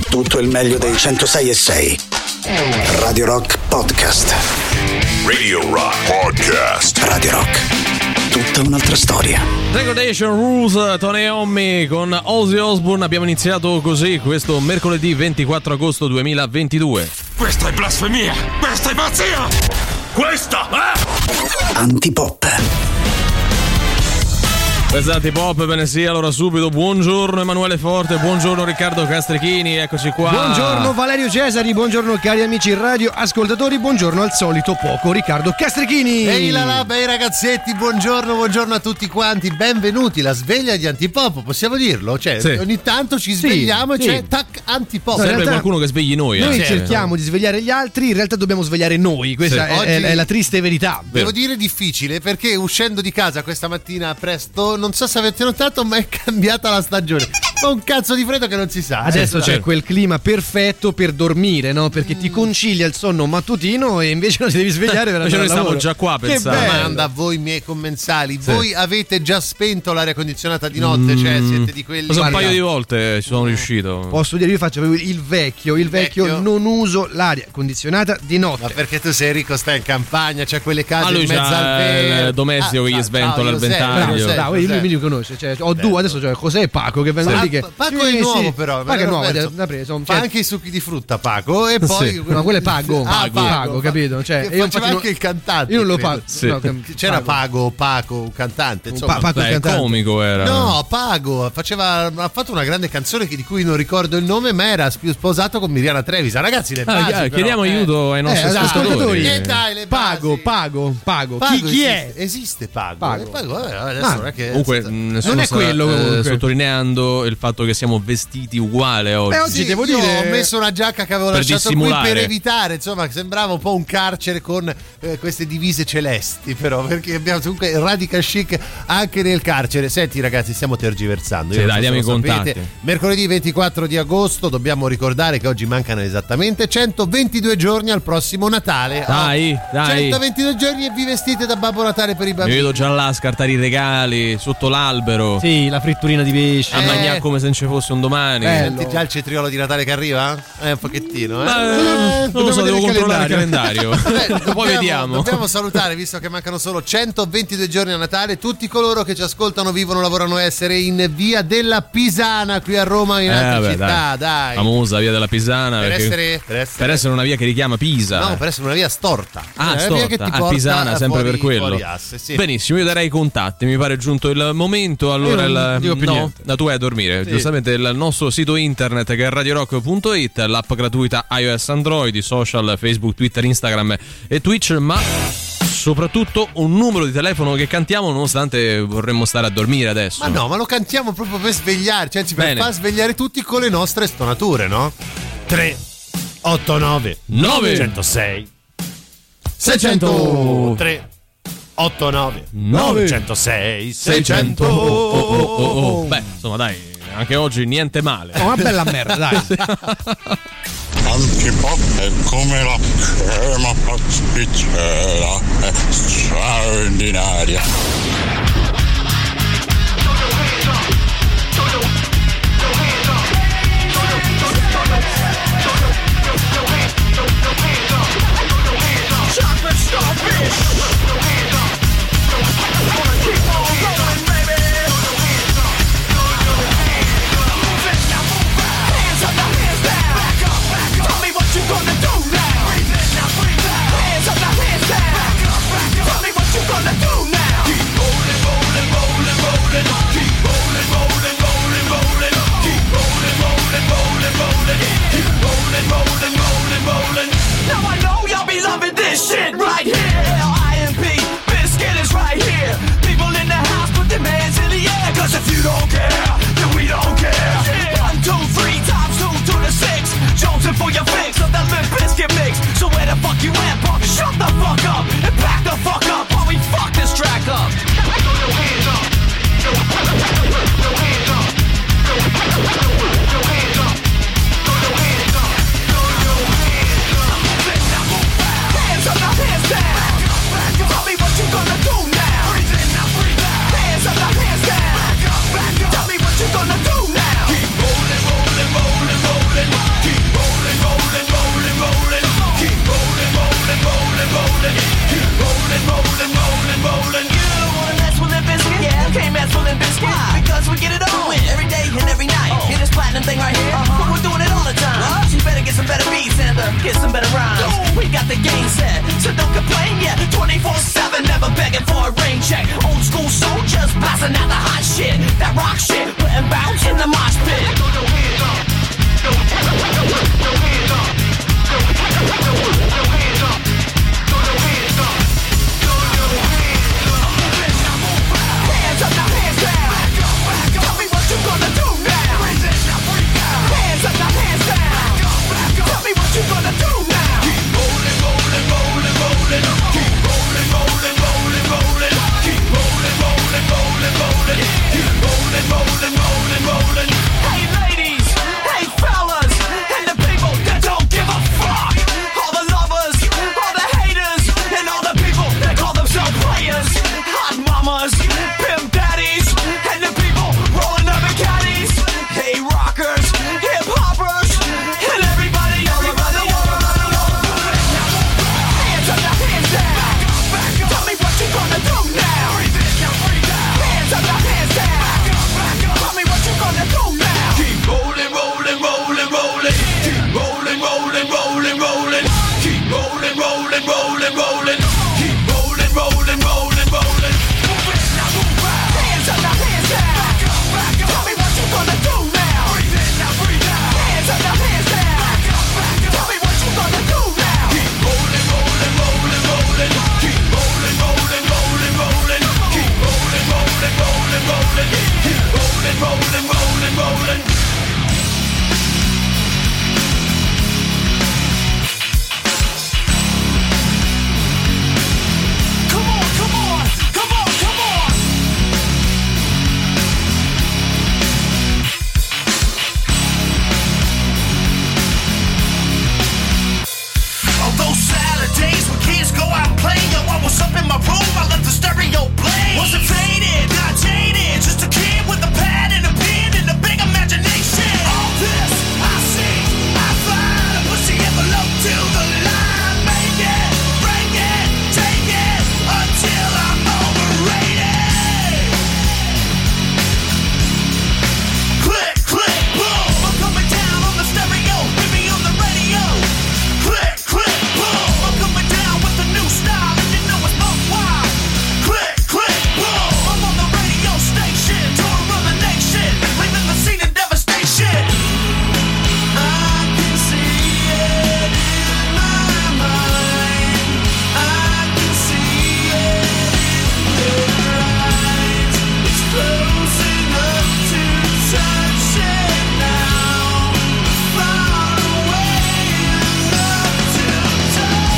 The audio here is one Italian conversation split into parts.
tutto il meglio dei 106.6. Radio Rock Podcast. Radio Rock Podcast. Radio Rock, tutta un'altra storia. Degradation Rules, Tony Iommi con Ozzy Osbourne. Abbiamo iniziato così questo mercoledì 24 agosto 2022. Questa è blasfemia! Questa è pazzia! Questa è... Antipop. Questa è Antipop, bene sì, allora subito. Buongiorno Emanuele Forte, buongiorno Riccardo Castrichini, eccoci qua. Buongiorno Valerio Cesari, buongiorno cari amici radio ascoltatori, buongiorno al solito poco Riccardo Castrichini. Ehi là là, bei ragazzetti, buongiorno a tutti quanti, benvenuti, la sveglia di Antipop, possiamo dirlo? Cioè, sì. Ogni tanto ci svegliamo e c'è tac Antipop. Serve realtà, qualcuno che svegli noi. Noi cerchiamo di svegliare gli altri, in realtà dobbiamo svegliare noi, questa è la triste verità. Devo dire difficile, perché uscendo di casa questa mattina presto, non so se avete notato, ma è cambiata la stagione. Fa un cazzo di freddo che non si sa. Adesso c'è quel clima perfetto per dormire, no? Perché ti concilia il sonno mattutino e invece non ti devi svegliare per andare al lavoro. Noi stiamo già qua a pensare. Domanda a voi miei commensali, voi avete già spento l'aria condizionata di notte? Cioè siete di quelli... Un paio di volte ci sono riuscito. Posso dire, io faccio il vecchio, non uso l'aria condizionata di notte. Ma perché tu sei ricco, stai in campagna, c'è quelle case in mezzo al verde, il domestico che gli sventola il ventaglio. Lui mi riconosce, cioè, ho due, adesso c'è José e Paco che vengono lì che... Paco è nuovo però. Paco è nuovo, l'ha preso. Fa anche i succhi di frutta Paco e poi... No, quello è Pago, capito? Cioè, io faceva anche il cantante. Io non lo pago. C'era Paco, un cantante, insomma. Paco il cantante. Comico era. No, Pago ha fatto una grande canzone di cui non ricordo il nome, ma era sposato con Miriana Trevisan. Ragazzi, le basi, chiediamo aiuto ai nostri ascoltatori. Pago. Chi è? Esiste Pago. Adesso non è che... Comunque non è quello, sottolineando il fatto che siamo vestiti uguale oggi. Oggi devo dire, ho messo una giacca che avevo lasciato qui per evitare, insomma, che sembrava un po' un carcere con queste divise celesti, però, perché abbiamo comunque radical chic anche nel carcere. Senti ragazzi, stiamo tergiversando. Sì, dai, diamo i contatti. Mercoledì 24 di agosto, dobbiamo ricordare che oggi mancano esattamente 122 giorni al prossimo Natale. Dai. 122 giorni e vi vestite da Babbo Natale per i bambini. Mi vedo già là a scartare i regali sotto l'albero. Sì, la fritturina di pesce. A mangiare come se non ci fosse un domani. Senti già il cetriolo di Natale che arriva? Un pochettino, non lo so, devo controllare il calendario. Poi vediamo. Dobbiamo salutare, visto che mancano solo 122 giorni a Natale, tutti coloro che ci ascoltano, vivono, lavorano e essere in via della Pisana qui a Roma, in altre città, dai. Famosa via della Pisana per essere una via che richiama Pisa. No, per essere una via storta. Storta. Via che ti porta Pisana, sempre per quello. Sì. Benissimo, io darei i contatti, mi pare giunto il momento. Allora tu vai a dormire. Sì. Giustamente il nostro sito internet che è radiorock.it, l'app gratuita iOS Android, i social Facebook, Twitter, Instagram e Twitch, ma soprattutto un numero di telefono che cantiamo nonostante vorremmo stare a dormire adesso. Ma no, ma lo cantiamo proprio per svegliarci, anzi per far svegliare tutti con le nostre stonature, no? 389 906 600 389 906 600. Beh, insomma, dai, anche oggi niente male. Una bella merda, dai. Antipop è come la crema pasticcera, è straordinaria. Now I know y'all be loving this shit right here. IMP, Biscuit is right here. People in the house put their hands in the air. Cause if you don't care, then we don't care. 1, 2, 3 times 2 to the 6. Jonesing for your fix of that Limp Biscuit mix. So where the fuck you at, punk? Shut the fuck up and back the fuck up while we fuck this track up. Throw your hands up. Throw your hands up. Throw your hands up. Hands down. Tell me what you gonna do now. Hands up, hands down. Tell me what you gonna do now. Keep rolling, rolling, rolling, rolling. get some better rhymes. We got the game set, so don't complain yet. 24/7, never begging for a rain check. Old school soldiers passing out the hot shit. That rock shit, putting bounce in the mosh pit. Throw your hands up. Throw your hands up. Throw your hands up. Throw your hands up. Throw your hands up. Hands up, now hands down. Tell me what you gonna do now. Hands up, now hands down. Tell me what you gonna do now. Keep rolling, rolling, rolling, rolling. Keep rolling, rolling, rolling, rolling. Keep rolling, rolling, rolling, rolling. Keep rolling, rolling, rolling, rolling. Hey ladies, hey fellas, and the people that don't give a fuck. All the lovers, all the haters, and all the people that call themselves players. Hot mamas, pimp daddies, and the people rolling up in caddies. Hey rockers, hip hoppers, and everybody, everybody, hands up, now hands down. Tell me what you gonna do now. Hands up, now hands down. Tell me what you gonna do now. Keep rolling, rolling, rolling, rolling. Keep rolling, rolling, rolling, rolling. Keep rolling, rolling, rolling, rolling. Keep rolling, rolling, rolling, rolling. Hands up, now hands down. Tell me what you gonna do now. Hands up, now hands down. Tell me what you gonna do now. Keep rolling, rolling, rolling, rolling. Keep rolling, rolling, rolling, rolling. Keep rolling, rolling, rolling, rolling. Keep rolling, rolling, rolling, rolling. Come on, come on, come on, come on. On those Saturdays when kids go out and play, yo, I was up in my room, I let the stereo play. Wasn't faded, not jaded, just a kid with a pad and a pen and a big imagination. All this I see, I find, I push the envelope to the line. Make it, break it, take it, until I'm overrated. Click, click, boom, I'm coming down on the stereo, hit me on the radio. Click, click, boom, I'm coming down with a new style, and you know it's buck wild. Click, click, boom, I'm on the radio station, touring around the nation, leaving the scene in devastation. I can see it in my mind, I can see it in your eyes. It's close enough to touch it now, far away enough to die.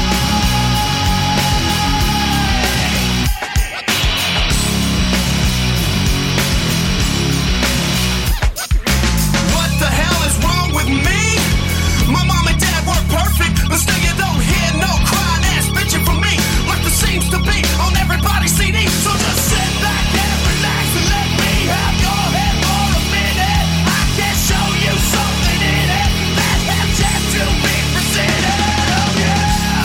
What the hell is wrong with me? My mom and dad work perfect, but still you don't hear no crying ass bitching from me, like there seems to be on everybody's CD. So just sit back and relax and let me have your head for a minute. I can show you something in it that has yet to be presented. Oh yeah.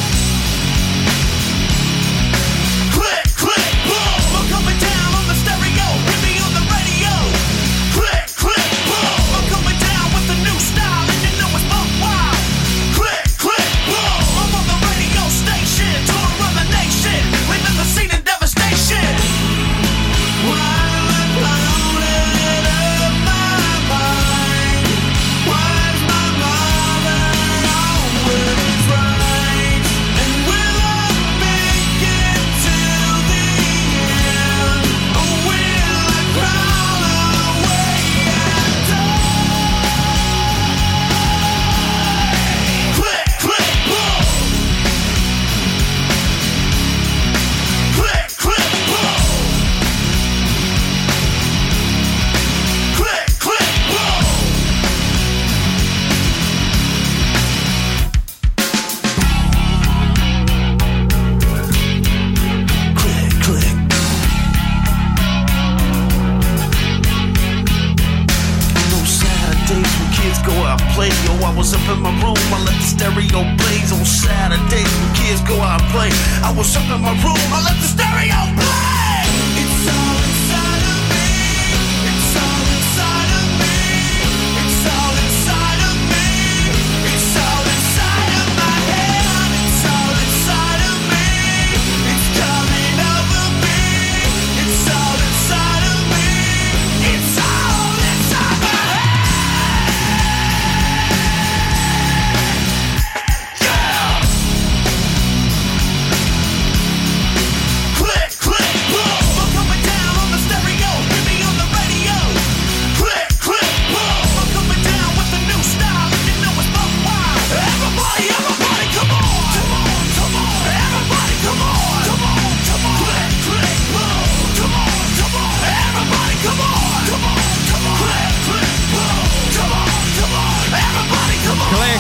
Click, click, boom, I'm coming down on the stereo, hit me on the radio. Click, click, boom, I'm coming down with a new style, and you know it's buck wild. Click, click, boom, I'm on the radio station, touring around the nation, leaving the scene in devastation. While I'm loaded up my mind, why's my mother always right? And will I make it to the end, or will I crawl away and die? Click, click, boom. Click, click, boom. Click, click, boom. Click, click. No Saturdays when kids go out and play, yo, I was up in my room, I let the stereo blaze. On Saturdays when kids go out and play, I was up in my room, I let the stereo play. It's all inside of me. It's all inside of me. It's all inside of me. It's all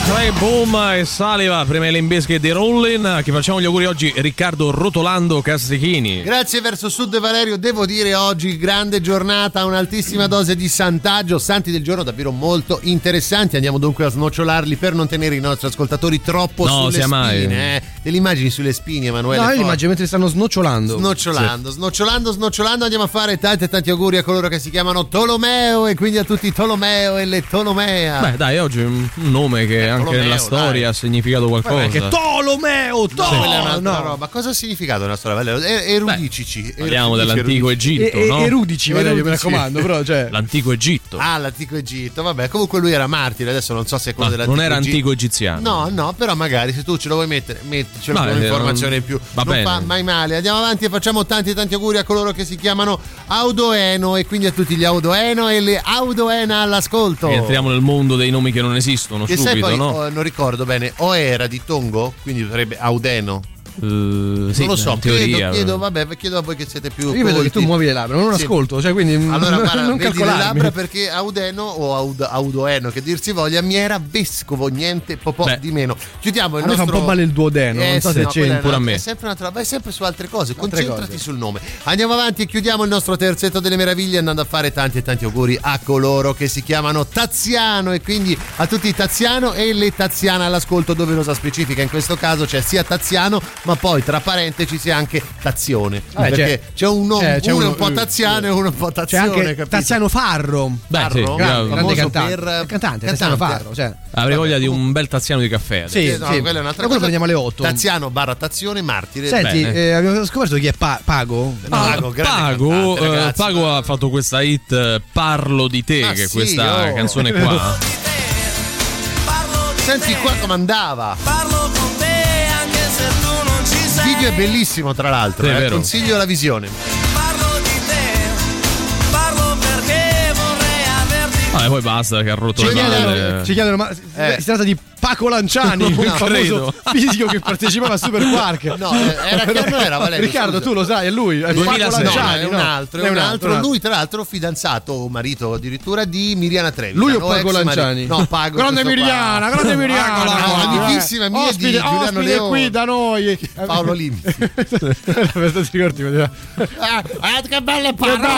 Ray Boom e Saliva, prima Limbischi di Rollin, che facciamo gli auguri oggi Riccardo Rotolando Castrichini. Grazie verso Sud Valerio, devo dire oggi grande giornata, un'altissima dose di santaggio, santi del giorno davvero molto interessanti, andiamo dunque a snocciolarli per non tenere i nostri ascoltatori troppo sulle spine, delle immagini sulle spine, Emanuele. No, io l'immagino mentre stanno snocciolando, andiamo a fare tanti auguri a coloro che si chiamano Tolomeo e quindi a tutti Tolomeo e le Tolomea. Beh dai, oggi è un nome che anche nella storia ha significato qualcosa. Che Tolomeo, quella è un'altra roba. Cosa ha significato nella storia, Valerio? Erudici. Parliamo dell'antico Egitto, no? Erudici, Valerio, mi raccomando, però cioè l'antico Egitto. L'antico Egitto, vabbè, comunque lui era martire, adesso non so se è quello dell'antico Egitto. Non era antico egiziano. No, però magari se tu ce lo vuoi mettere, metticelo con un'informazione in più. Non fa mai male. Andiamo avanti e facciamo tanti auguri a coloro che si chiamano Audoeno e quindi a tutti gli Audoeno e le Audoena all'ascolto. Entriamo nel mondo dei nomi che non esistono che subito, poi, no? Non ricordo bene, o era di Tongo, quindi sarebbe Audeno. Sì, non lo so, teoria, chiedo a voi che siete più io vedo che tu muovi le labbra, non ascolto, cioè quindi allora guarda, non vedi le calcolarmi. labbra, perché Audeno o Audoeno che dir si voglia mi era vescovo, niente di meno. Chiudiamo il nostro. Fa un po' male il duodeno, non so se c'è pure a me. È sempre vai sempre su altre cose, concentrati sul nome. Andiamo avanti e chiudiamo il nostro terzetto delle meraviglie andando a fare tanti auguri a coloro che si chiamano Taziano e quindi a tutti i Taziano e le Taziana all'ascolto, doverosa specifica in questo caso c'è sia Taziano ma poi tra parentesi c'è anche Tazione, perché c'è uno un po' Taziano e uno un po' Tazione, c'è anche Taziano Farro. Sì, grande cantante Taziano Farro, cioè. Avrei voglia di un bel Taziano di caffè. Sì, quella è un'altra cosa. Prendiamo alle 8. Taziano / Tazione martire. Senti, abbiamo scoperto chi è Pago. Pago ha fatto questa hit Parlo di te, che è questa canzone qua. Senti qua come andava. Parlo con te anche se tu non ci sei. Il video è bellissimo, tra l'altro, consiglio la visione. Parlo di te, parlo perché vorrei averti. Poi basta che ha rotto le balle. Ci chiedono, ma si tratta di Paco Lanciani, il famoso fisico che partecipava a Super Quark. No, era che non era Valerio. Riccardo, tu lo sai, è lui, è Paco Lanciani. È un altro. Lui, tra l'alro, fidanzato o marito addirittura di Miriana Trevi. Lui o Paco Lanciani? No, Pago. Grande Miriana. Amichissima mia di Giuliano Leone. Qui da noi. Paolo Limpi. Che belle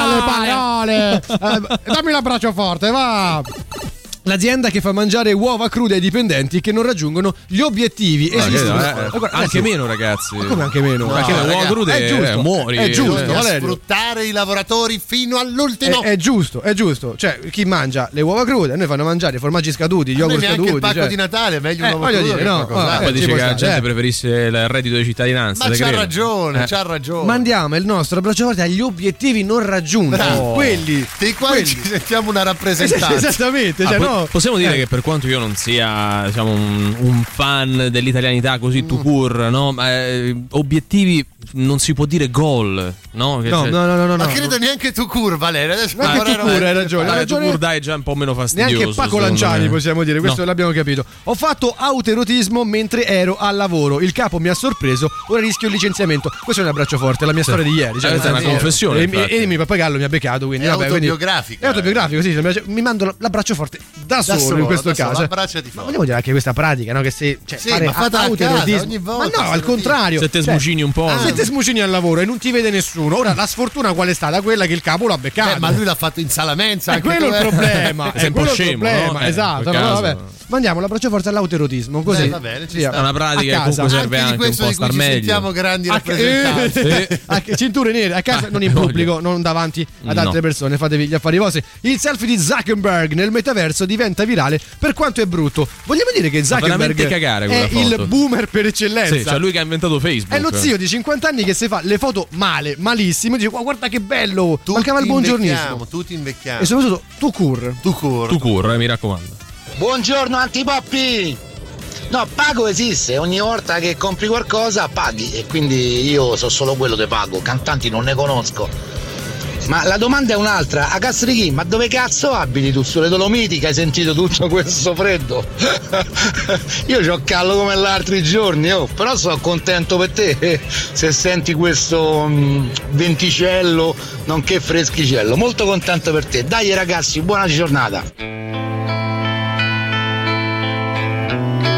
parole. Dammi l'abbraccio forte, va. L'azienda che fa mangiare uova crude ai dipendenti che non raggiungono gli obiettivi anche meno, ragazzi. Ma come anche meno? Perché le uova crude muori. È giusto, sfruttare i lavoratori fino all'ultimo. È giusto. Cioè, chi mangia le uova crude, noi fanno mangiare i formaggi scaduti, gli yogurt scaduti. Il pacco di Natale è meglio un uovo crudo. Poi dice che la gente preferisse il reddito di cittadinanza. Ma c'ha ragione. Mandiamo il nostro abbraccio forte agli obiettivi non raggiunti. Quelli dei quali ci sentiamo una rappresentanza. Esattamente, cioè, no. Possiamo dire che per quanto io non sia, diciamo, un fan dell'italianità così tout court, no? Obiettivi non si può dire gol, no? No. Ma credo neanche tu Valerio. Adesso anche tu hai ragione. Tu dai, è già un po' meno fastidioso. Neanche Paco Lanciani possiamo dire, questo l'abbiamo capito. Ho fatto autoerotismo mentre ero al lavoro. Il capo mi ha sorpreso, ora rischio il licenziamento. Questo è un abbraccio forte, la mia storia di ieri. Cioè, è una confessione. E mio pappagallo mi ha beccato, quindi è autobiografico. È autobiografico, sì. Mi mando l'abbraccio forte da solo in questo caso. Ma vogliamo dire anche questa pratica, no? Che se fare autoerotismo ogni volta. Ma no, al contrario. Se te smucini un po'. Se te smucini al lavoro e non ti vede nessuno. Ora la sfortuna qual è stata? Quella che il capo l'ha beccato. Ma lui l'ha fatto in salamenza. È quello il problema. È un po' scemo, no? Esatto. Vabbè. Mandiamo l'abbraccio forte all'autoerotismo, così. Va bene, ci sta. È una pratica che comunque serve anche un po' a star meglio. Sentiamo grandi rappresentanti. Cinture nere a casa, non in pubblico, non davanti ad altre persone. Fatevi gli affari vostri. Il selfie di Zuckerberg nel metaverso diventa virale per quanto è brutto. Vogliamo dire che Zuckerberg è il boomer per eccellenza. Sì, cioè lui che ha inventato Facebook. È lo zio di 50 anni che si fa le foto malissimo. Dice guarda che bello. Mancava il buongiornismo. Tutti invecchiamo. E soprattutto tu cur, mi raccomando. Buongiorno Antipoppi! No, Pago esiste, ogni volta che compri qualcosa paghi e quindi io so solo quello che pago, cantanti non ne conosco. Ma la domanda è un'altra, a Castrichini, ma dove cazzo abiti tu? Sulle Dolomiti che hai sentito tutto questo freddo? Io c'ho callo come l'altri giorni, però sono contento per te se senti questo venticello, nonché freschicello, molto contento per te. Dai ragazzi, buona giornata!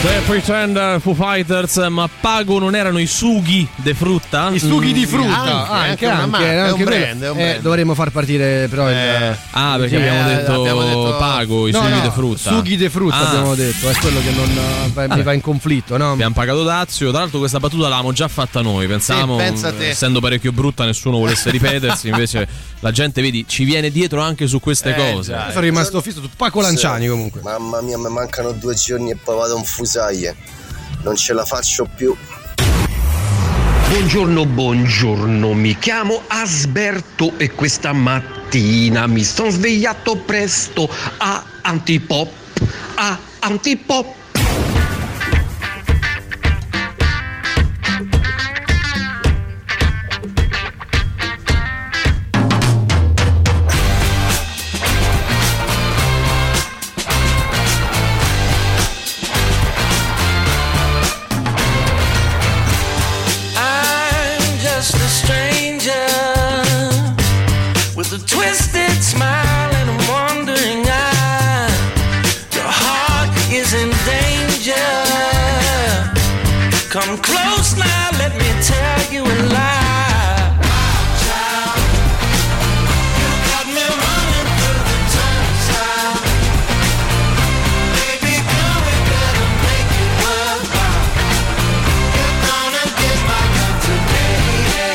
The Pretender, Foo Fighters, ma Pago non erano i sughi de frutta? I sughi di frutta, anche è un brand. Dovremmo far partire però perché abbiamo detto Pago, i sughi de frutta. Sughi de frutta abbiamo detto, è quello che non mi va in conflitto, no? Abbiamo pagato dazio, tra l'altro questa battuta l'avevamo già fatta noi, pensavamo, essendo parecchio brutta nessuno volesse ripetersi, invece la gente, vedi, ci viene dietro anche su queste cose. Sono rimasto fisso su Paco Lanciani comunque. Mamma mia, mi mancano 2 giorni e poi vado a un fusaie. Non ce la faccio più. Buongiorno, mi chiamo Asberto e questa mattina mi sono svegliato presto a Antipop. A twisted smile and a wandering eye. Your heart is in danger. Come close now, let me tell you a lie. Child, you got me running through the turnstile. Baby girl, we better make it worthwhile. You're gonna get my love today.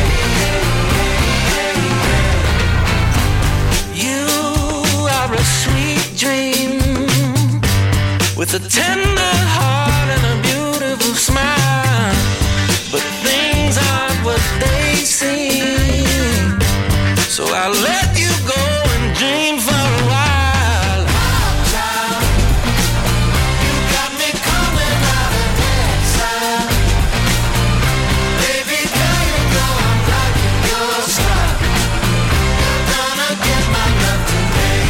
A sweet dream with a tender heart and a beautiful smile, but things aren't what they seem, so I'll let you go and dream for a while. Child, you got me coming out of exile. Baby girl, you know I'm liking your style. You're gonna get my love today.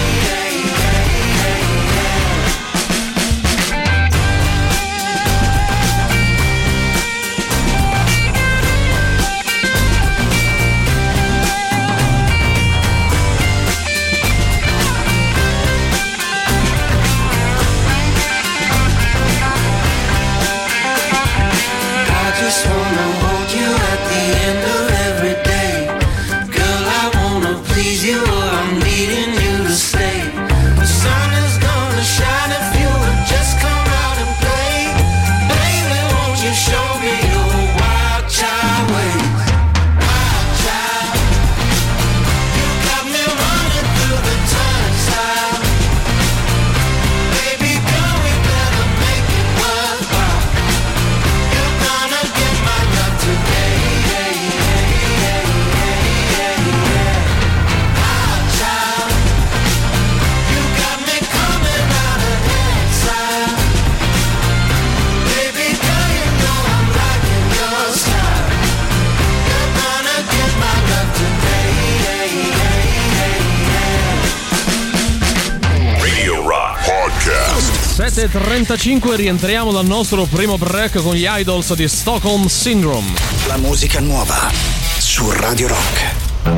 Just wanna hold you at the end of every day. Girl, I wanna please you or I'm needing you to stay. The sun is gonna shine if you would just come out and play. Baby, won't you show me your wild child ways? Wild child, you got me running through the turnstile. Baby girl, we better make it worthwhile. You're gonna get my love today. Wild child, you got me coming out of exile. Baby girl, you know I'm liking your style. You're gonna get my love today. Radio Rock Podcast. 7:35, rientriamo dal nostro primo break con gli Idols di Stockholm Syndrome. La musica nuova su Radio Rock.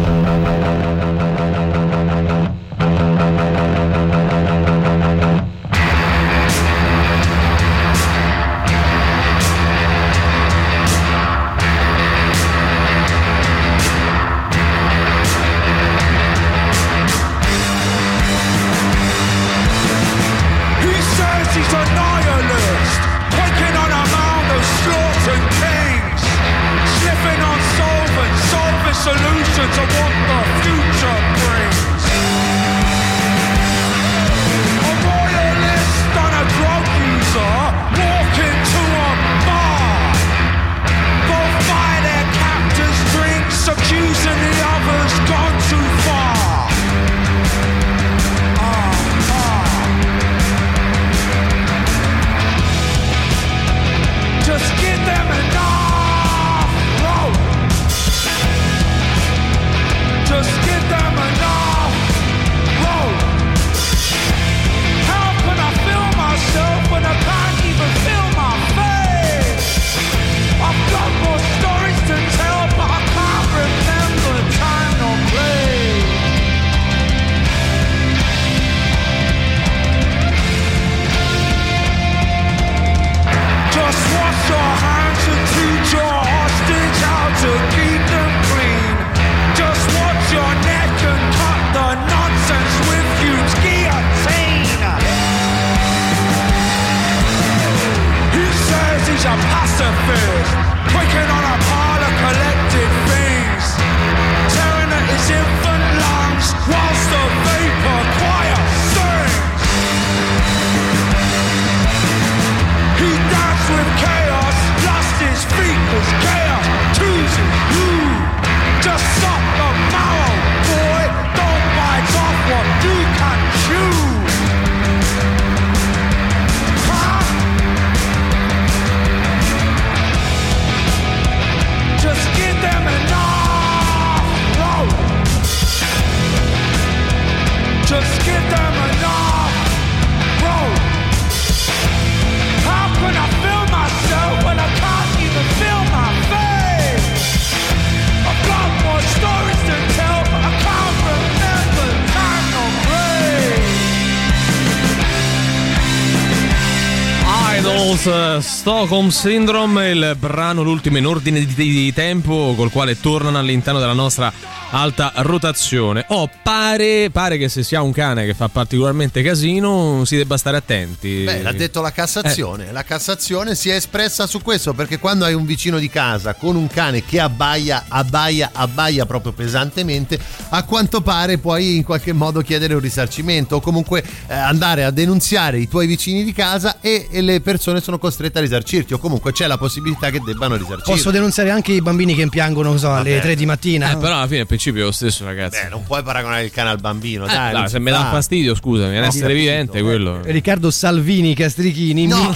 He says he's a nihilist, waking on a mound of slaughtered kings, sniffing on solving solutions of what the future brings. A royalist and a drug user walking to a bar. Both buy their captors' drinks, accusing the others gone too far. Just give them enough rope. affairs, quaking on a pile of collected things, tearing at his infant lungs whilst the vapor choir sings. He danced with chaos, lost his feet as chaos chooses you. Just stop the marrow, boy, don't bite off what you can chew. Huh? Just give them enough rope. Just give them enough rope. How can I feel myself when I can't even feel my face? I've got more stories to tell, but I can't remember time nor place. Idols, Stockholm Syndrome, il brano l'ultimo in ordine di tempo col quale tornano all'interno della nostra alta rotazione. Pare che se si ha un cane che fa particolarmente casino si debba stare attenti. Beh, l'ha detto la Cassazione. La Cassazione si è espressa su questo, perché quando hai un vicino di casa con un cane che abbaia proprio pesantemente, a quanto pare puoi in qualche modo chiedere un risarcimento o comunque andare a denunziare i tuoi vicini di casa e le persone sono costrette a risarcirti, o comunque c'è la possibilità che debbano risarcirti. Posso denunziare anche i bambini che piangono, alle 3 di mattina? Però alla fine il principio è lo stesso, ragazzi. Non puoi paragonare il cane al bambino, dai. Se mi dà fastidio, scusami, è un essere vivente quello. Riccardo Salvini Castrichini, mi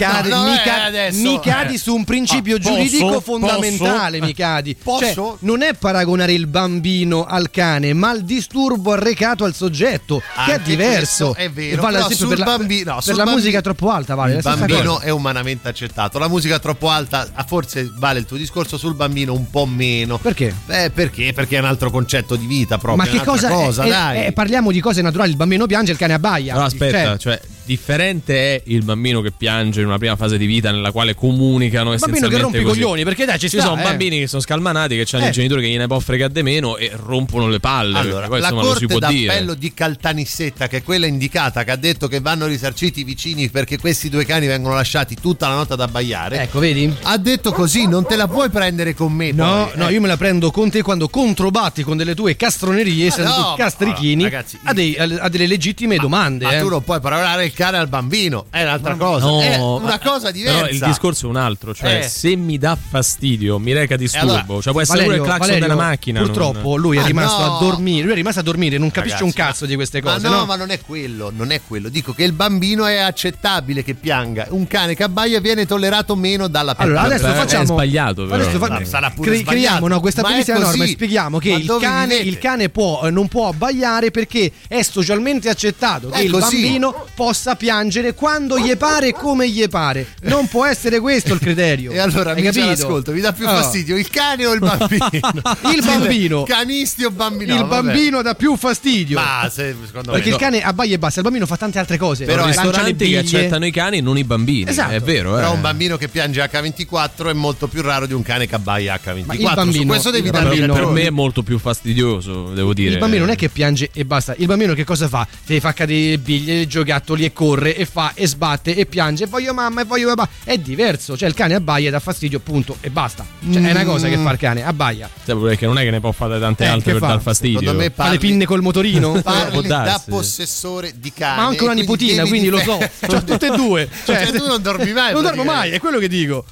cadi su un principio giuridico fondamentale, mi cadi. Cioè, non è paragonare il bambino al cane, ma il disturbo arrecato al soggetto, che è diverso. È vero, vale però sul bambino, per la musica troppo alta, vale. Il bambino è umanamente accettato, la musica troppo alta forse vale il tuo discorso, sul bambino un po' meno. Perché? Perché è un altro concetto di vita proprio. Ma che cosa? Dai. Parliamo di cose naturali, il bambino piange, il cane abbaia. No, aspetta, cioè differente è il bambino che piange in una prima fase di vita nella quale comunicano essenzialmente bambino che rompe così. I coglioni, perché dai, ci sono bambini che sono scalmanati, che hanno i genitori che gliene può fregare di meno e rompono le palle. Allora, poi, la insomma, corte lo si può d'appello di Caltanissetta, che è quella indicata, che ha detto che vanno risarciti i vicini perché questi due cani vengono lasciati tutta la notte ad abbaiare. Ecco, vedi? Ha detto così, non te la puoi prendere con me. No, io me la prendo con te quando controbatti con delle tue castronerie, castrichini, ragazzi, a delle legittime domande. Ma tu non puoi paragonare il cane al bambino, è un'altra cosa. No, è una cosa diversa. Però il discorso è un altro, cioè se mi dà fastidio, mi reca disturbo, allora, cioè può essere pure il clacson della macchina. Purtroppo lui è rimasto a dormire, non capisce un cazzo di queste cose. Ma non è quello. Dico che il bambino è accettabile che pianga, un cane che abbaia viene tollerato meno dalla persona. Allora adesso facciamo, è sbagliato, però. Sarà pure sbagliato. Creiamo questa bellissima norma e spieghiamo che il cane non può abbaiare perché è socialmente accettato che il bambino possa piangere quando gli pare e come gli pare. Non può essere questo il criterio. E allora mi ascolto, mi dà più fastidio il cane o il bambino? Il bambino. Canisti o bambino? Il bambino dà più fastidio. Ma secondo perché il cane abbaia e basta, il bambino fa tante altre cose. Però i ristoranti che accettano i cani, non i bambini. Esatto. È vero. Però un bambino che piange H24 è molto più raro di un cane che abbaia H24. Ma il bambino, su questo devi darmi per me è molto più fastidioso, devo dire. Il bambino non è che piange e basta. Il bambino che cosa fa? Ti fa cadere biglie, giocattoli e corre e fa e sbatte e piange. Voglio mamma e voglio papà. È diverso. Cioè il cane abbaia e dà fastidio, punto e basta. Cioè è una cosa che fa il cane, abbaia. Perché non è che ne può fare tante altre per dar fastidio. Secondo me fa le pinne col motorino. Parli da possessore di cane. Ma anche una nipotina, quindi lo so. Cioè tutte e due. Cioè tu non dormi mai. Non dormo mai, è quello che dico.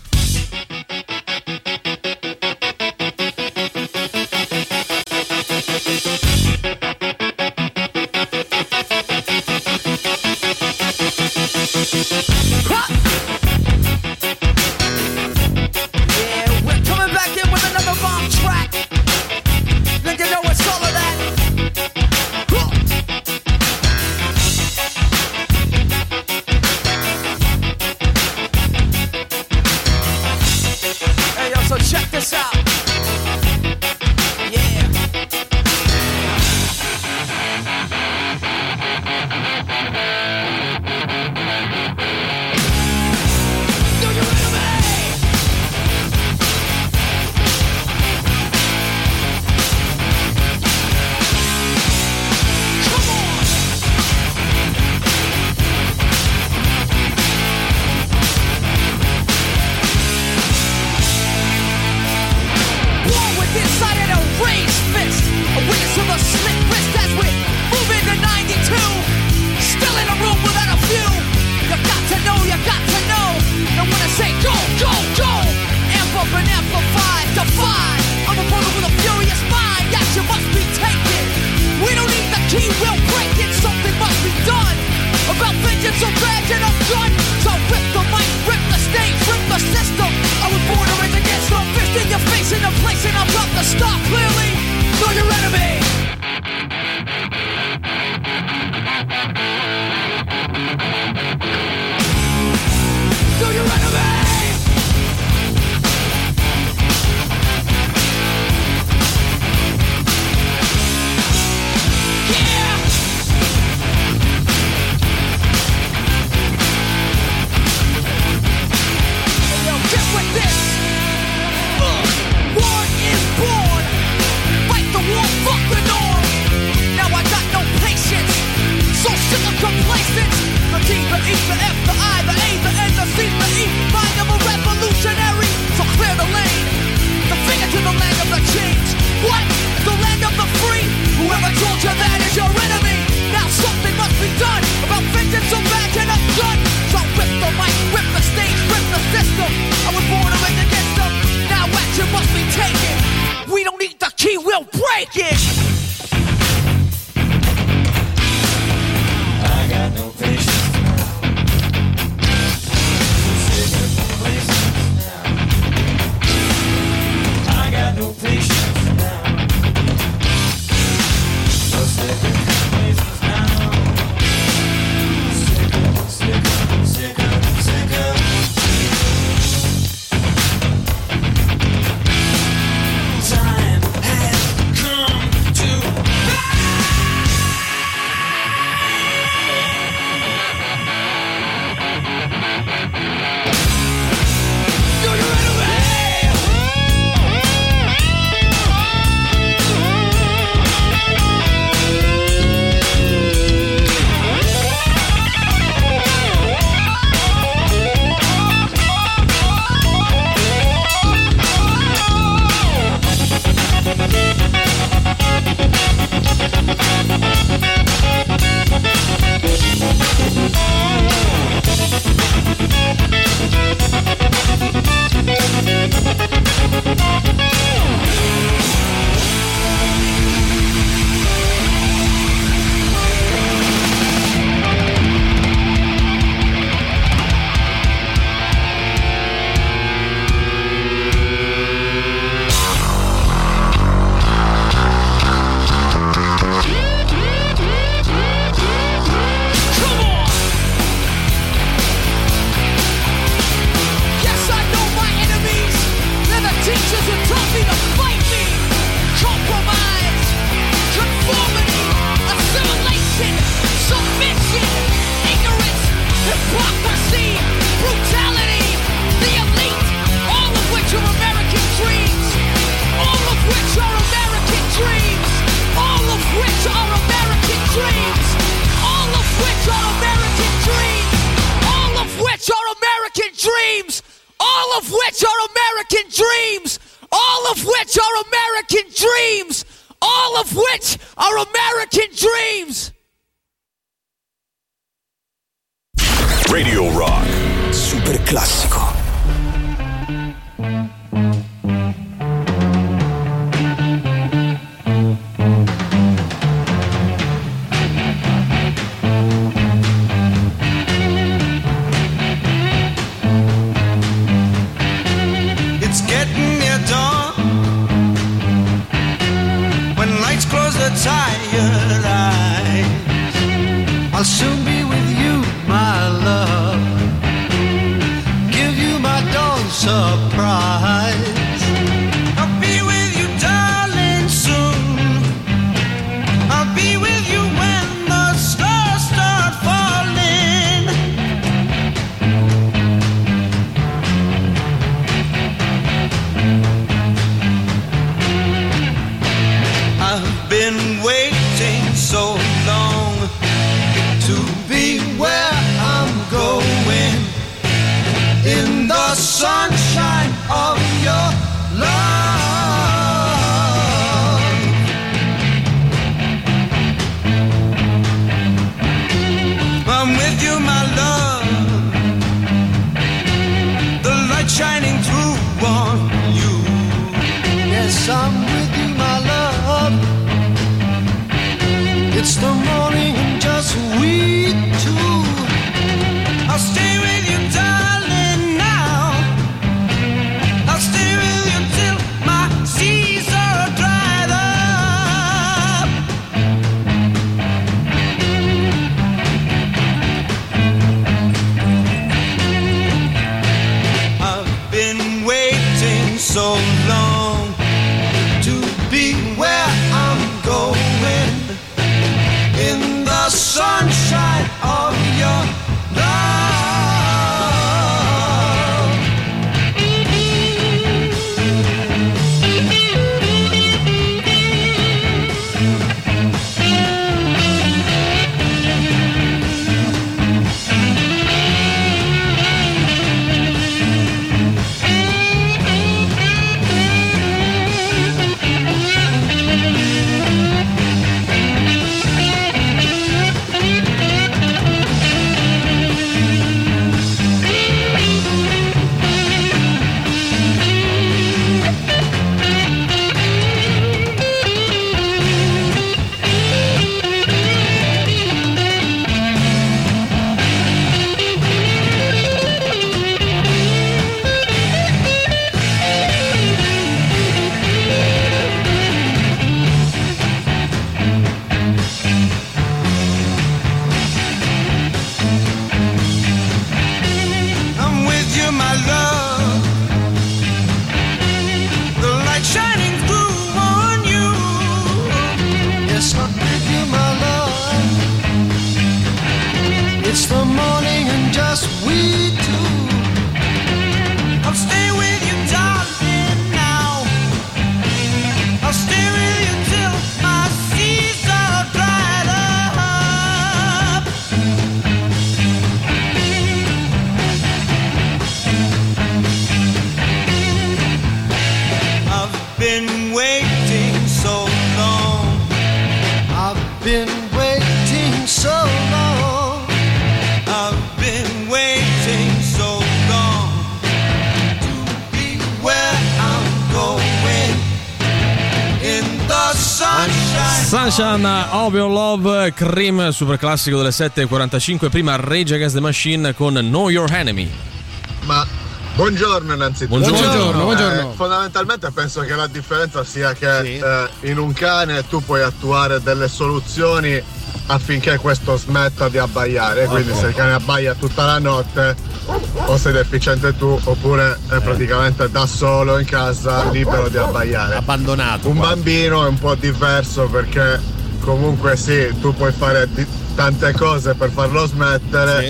dreams, all of which are American dreams, all of which are American dreams, all of which are American dreams. Radio Rock, super classico. Tired eyes, I'll soon be with you, my love. Give you my dawn surprise. I'll be with you, darling, soon. I'll be with you when the stars start falling. I've been waiting so long to be where I'm going, in the sunshine of your love. I'm with you, my love, the light shining through on you. Yes, I'm with you, my love. It's the morning and just we two. I'll stay with you, darling, now. I'll stay with you till my seas are dried up. I've been waiting so long to be where I'm going, in the sunshine of your love. It's the morning and just we two. I'll stay with you, darling, now. I'll stay with you till my seas are dried up. I've been waiting so long. I've been waiting so long. I've been waiting so long to be where I'm going, in the sunshine. Sunshine of Your Love, Cream, super classico delle 7:45. Prima Rage Against the Machine con Know Your Enemy. Ma buongiorno innanzitutto. Buongiorno. Fondamentalmente penso che la differenza sia che in un cane tu puoi attuare delle soluzioni affinché questo smetta di abbaiare, quindi se il cane abbaia tutta la notte o sei deficiente tu oppure è praticamente da solo in casa libero di abbaiare, abbandonato. Un bambino è un po' diverso perché comunque sì, tu puoi fare tante cose per farlo smettere,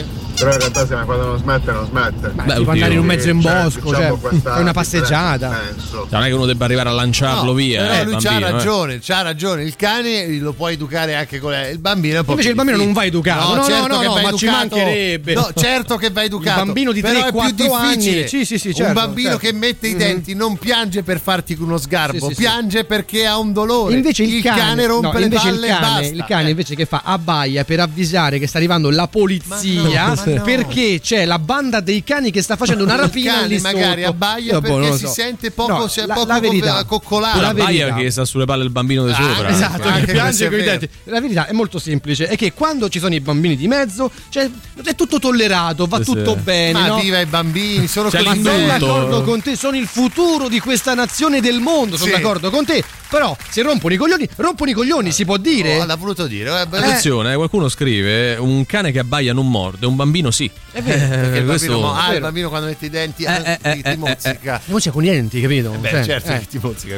però in realtà quando non smette ma tipo andare in un mezzo in bosco, diciamo fai una passeggiata, non è che uno debba arrivare a lanciarlo via, però lui c'ha ragione, il cane lo puoi educare anche con il bambino è un po' invece il bambino non va educato, no, certo che va ma educato, ci mancherebbe, no, certo che va educato, il bambino di 3-4 anni, sì, certo, un bambino che mette i denti non piange per farti uno sgarbo, piange perché ha un dolore, invece il cane rompe le balle e basta. Il cane invece che fa? Abbaia per avvisare che sta arrivando la polizia, perché c'è la banda dei cani che sta facendo una rapina lì sotto. Magari abbaia perché si sente poco, la verità, coccolato. La abbaia che sta sulle palle del bambino di sopra. Esatto, che piange con i denti. La verità è molto semplice, è che quando ci sono i bambini di mezzo, cioè, è tutto tollerato, va tutto bene. Ma viva i bambini, sono d'accordo con te, sono il futuro di questa nazione del mondo, sono d'accordo con te. Però se rompono i coglioni, si può dire? L'ha voluto dire. Attenzione, qualcuno scrive: un cane che abbaia non morde, un bambino sì. È vero, perché il bambino quando mette i denti ti mozzica. Mozzica con i denti, capito? Certo, ti mozzica.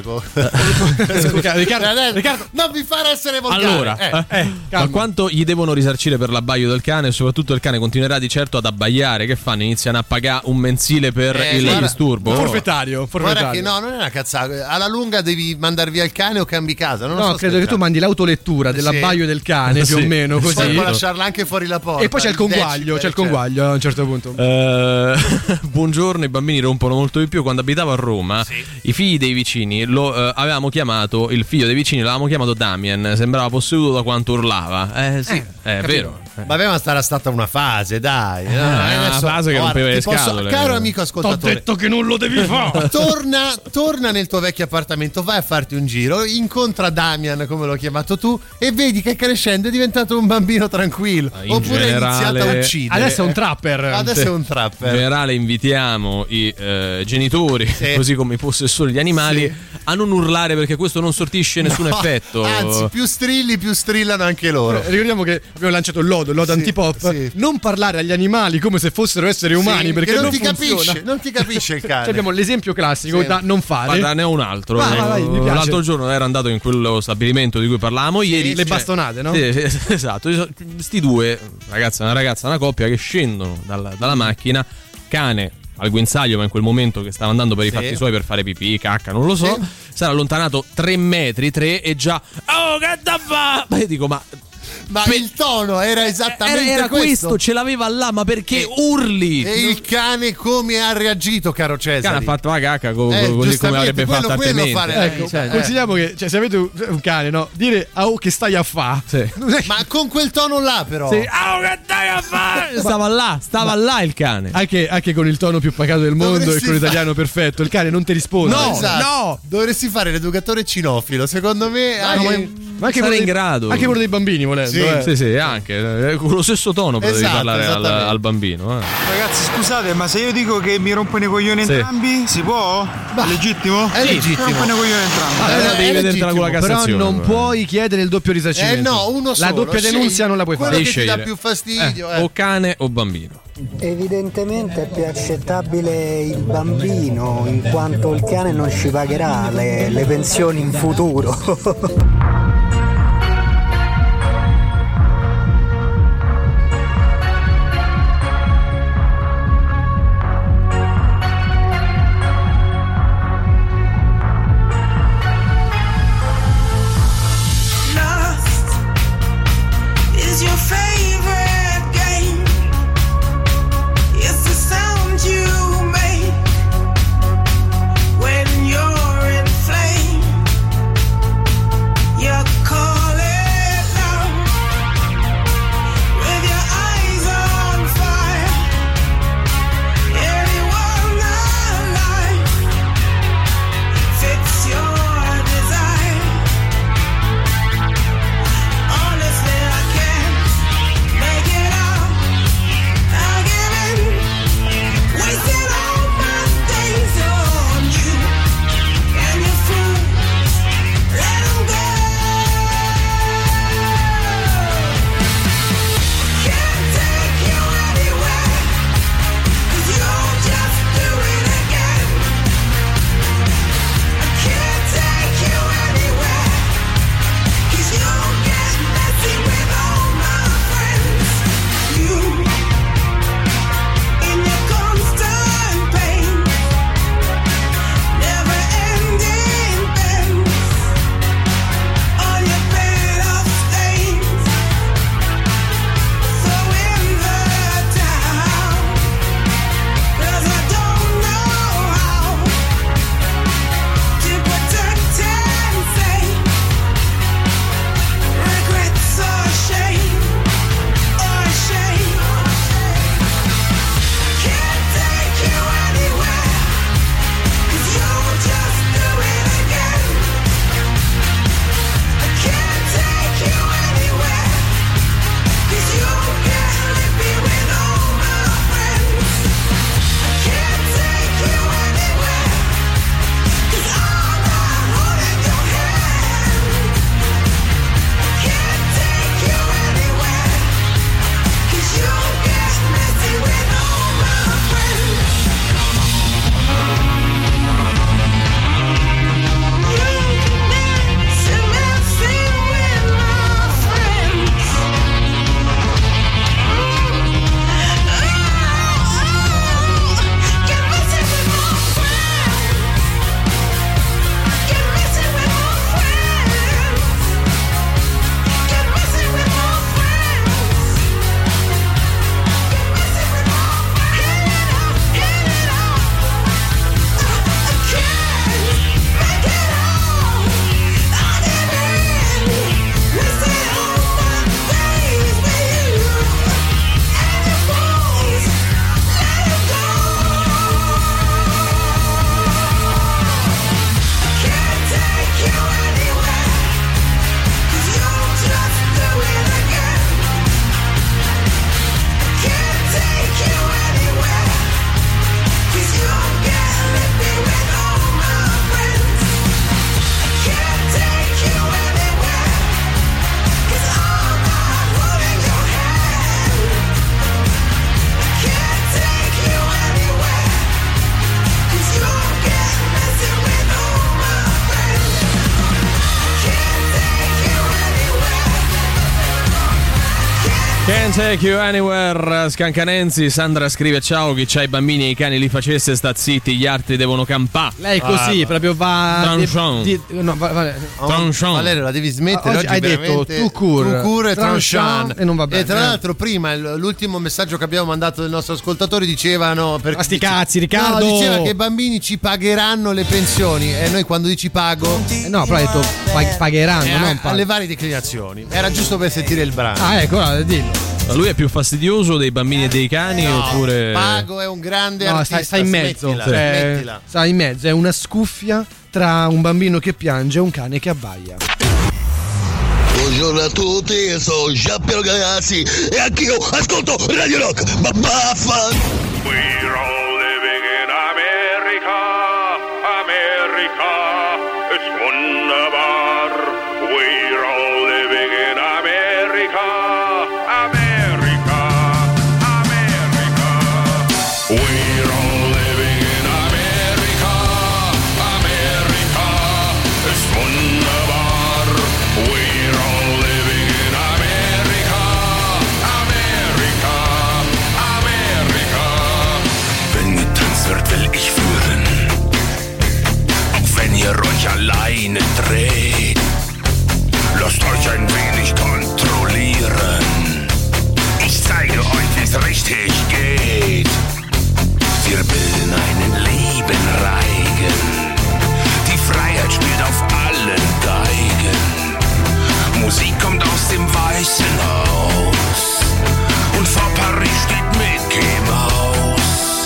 Riccardo, non vi fare essere volgare. Allora, ma quanto gli devono risarcire per l'abbaio del cane? E soprattutto il cane continuerà di certo ad abbaiare. Che fanno? Iniziano a pagare un mensile per il disturbo? Forfettario. Guarda che no, non è una cazzata. Alla lunga devi mandar via il cane o cambi casa. Credo che tu mandi l'autolettura dell'abbaio del cane, più o meno così. Poi puoi lasciarla anche fuori la porta. E poi c'è il conguaglio a un certo punto. Buongiorno, i bambini rompono molto di più. Quando abitavo a Roma, i figli dei vicini avevamo chiamato il figlio dei vicini, l'avevamo chiamato Damien. Sembrava posseduto da quanto urlava. È vero. Vabbè, ma sarà stata una fase, dai. Una fase che rompeva le scatole. Caro amico ascoltatore, t'ho detto che non lo devi fare. Torna nel tuo vecchio appartamento, vai a farti un giro, incontra Damian, come l'ho chiamato tu, e vedi che crescendo è diventato un bambino tranquillo. Oppure è iniziato a uccidere. Adesso è un trapper. In generale invitiamo i genitori, così come i possessori di animali, a non urlare, perché questo non sortisce nessun effetto. Anzi, più strilli, più strillano anche loro. Ricordiamo che abbiamo lanciato il lodo antipop. Non parlare agli animali come se fossero esseri umani, perché non ti capisce. Non ti capisce il cane. Abbiamo l'esempio classico da non fare. Guarda, ne ho un altro. L'altro giorno ero andato in quello stabilimento di cui parlavamo ieri. Le bastonate, no? Sì, esatto. Sti due, una ragazza, una coppia, che scendono dalla macchina, cane al guinzaglio, ma in quel momento che stava andando per i fatti suoi, per fare pipì, cacca, non lo so, sarà allontanato 3 metri e già che da fa? Ma io dico, ma il tono era esattamente era questo, ce l'aveva là, ma perché urli? E il cane come ha reagito, caro Cesare? Il cane ha fatto la cacca così come avrebbe fatto altrimenti. Consigliamo che se avete un cane, no, dire che stai a fa, ma con quel tono là, però che stai a fare? Stava là il cane, anche con il tono più pacato del mondo e con l'italiano perfetto. Il cane non ti risponde. No, dovresti fare l'educatore cinofilo, secondo me. Ma anche in grado, anche quello dei bambini, volendo. Sì, anche con lo stesso tono potevi parlare al bambino. Ragazzi, scusate, ma se io dico che mi rompono i coglioni entrambi, si può? È legittimo? È legittimo. Rompono i coglioni entrambi. Devi vedere con la Cassazione. Però non puoi chiedere il doppio risarcimento. No, uno solo. La doppia denuncia non la puoi fare. Quello che ti dà più fastidio. O cane o bambino. Evidentemente è più accettabile il bambino, in quanto il cane non ci pagherà le pensioni in futuro. When you're in flame, Take You Anywhere, Scancanensi. Sandra scrive: ciao, chi c'ha i bambini e i cani li facesse sta zitti, gli altri devono campà. Lei così proprio va Valerio, la devi smettere. Oggi hai detto tout court e tranchant e non va bene. E tra l'altro prima l'ultimo messaggio che abbiamo mandato del nostro ascoltatore dicevano sti cazzi, Riccardo. No, diceva che i bambini ci pagheranno le pensioni e noi quando dici pago no, però ha detto pagheranno, non alle varie declinazioni. Era giusto per sentire il brano. Ah, ecco, dillo. Ma lui è più fastidioso dei bambini e dei cani oppure Pago è un grande artista. Sta in mezzo, smettila. Sta in mezzo, è una scuffia tra un bambino che piange e un cane che abbaia. Buongiorno a tutti, sono Giappero Ragazzi e anch'io ascolto Radio Rock. Ma baffa! We're all living in America, America, it's wunderbar. We're all living in America, America, America. We're all living in America, America, it's wunderbar. We're all living in America, America, America. Wenn getanzt wird, will ich führen. Auch wenn ihr euch alleine dreht. Lasst euch ein wenig kontrollieren. Ich zeige euch, wie's richtig geht. Wir bilden einen lieben Reigen. Die Freiheit spielt auf allen Geigen. Musik kommt aus dem Weißen Haus. Und vor Paris steht Mickey Mouse.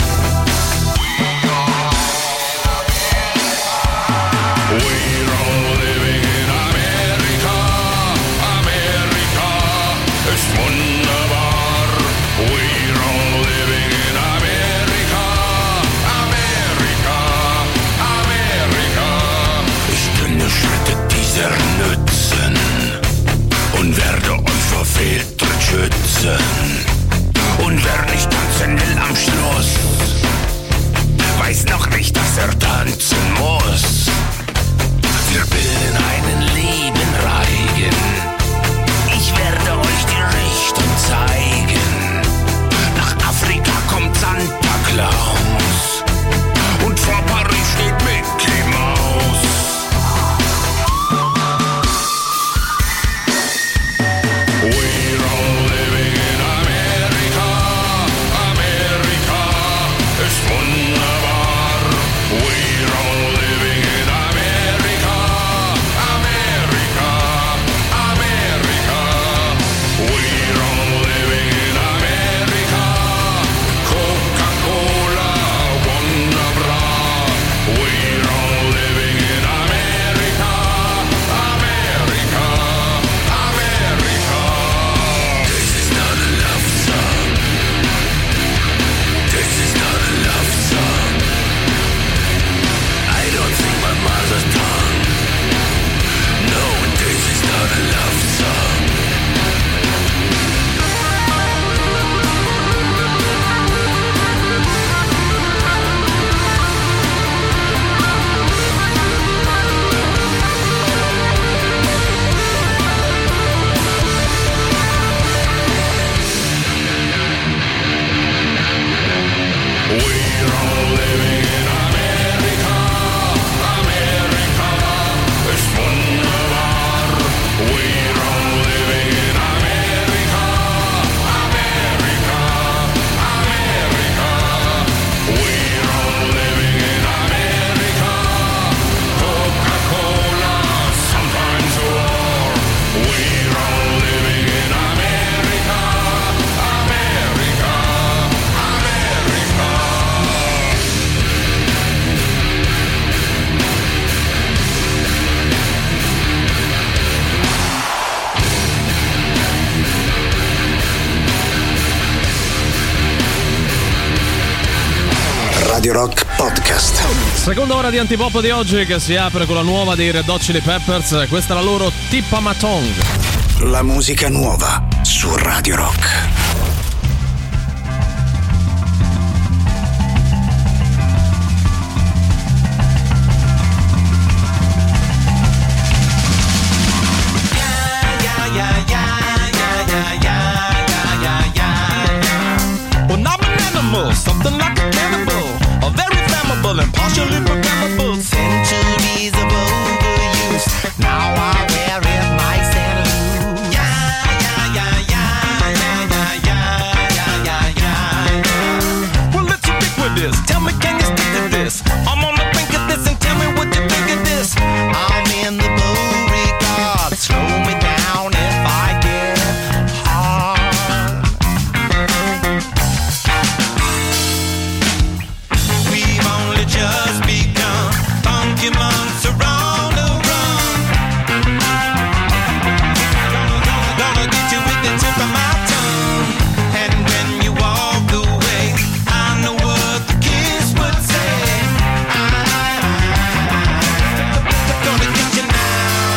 We're all living in America, America, it's wunderbar. We're all living in America, America, America. Ich dünne Schritte dieser nützen und werde euch vor Fehltritt schützen. Und wer nicht tanzen will am Schluss, weiß noch nicht, dass tanzen muss. Wir bilden einen lieben Reigen. Ich werde euch die Richtung zeigen. Nach Afrika kommt Santa Claus. Und vor Paris steht Mickey Mouse. We're all living in America, America, it's wunderbar. We're all living in America, America, America. We're all living in America. Coca-Cola, Wonderbra. We're all living in America, America, America. This is not a love song. This is not a love song. I don't sing my mother's tongue. No, this is not a love song. We're all living in America, America, it's wunderbar. We're all living in America, America, America. We're all living in America. Coca-Cola, sometimes war. We're all living in America, America, America. Radio Rock Podcast. Seconda ora di Antipop di oggi che si apre con la nuova dei Red Hot Chili Peppers. Questa è la loro Tippa Matong. La musica nuova su Radio Rock. Yeah, yeah, yeah, yeah, yeah, yeah, yeah, yeah. tell me, can you stick to this? I'm on the brink of this and tell me what you think of this. I'm in the Beauregard, slow me down if I get hard. We've only just begun, funky months are on the run. Gonna get you with the tip of my tongue. And when you walk away, I know what the kids would say. Gonna get you now.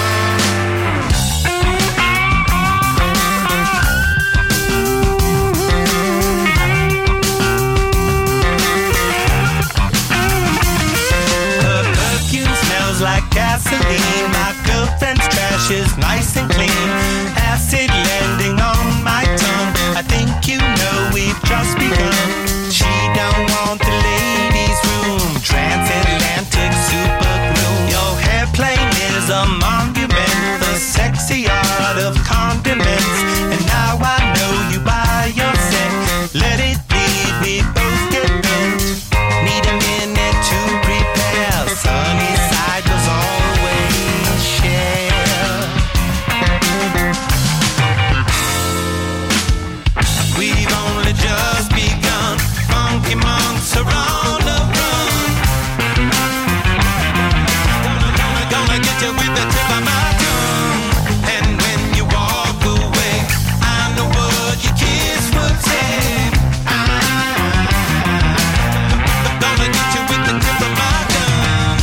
Her perfume smells like gasoline. My girlfriend's trash is nice and clean. Acid landing on my tongue. I think you know we've just begun. She don't want the ladies' room. Transatlantic super glue. Your airplane is a monument. The sexy art of condiments. And now I know you by your set. Let it bleed, we both get bent. Need a minute to prepare. Sunny side was always share. We've only just begun. Funky months are on the run. Gonna get you with the tip of my tongue. And when you walk away, I know what your kids would say. Gonna get you with the tip of my tongue.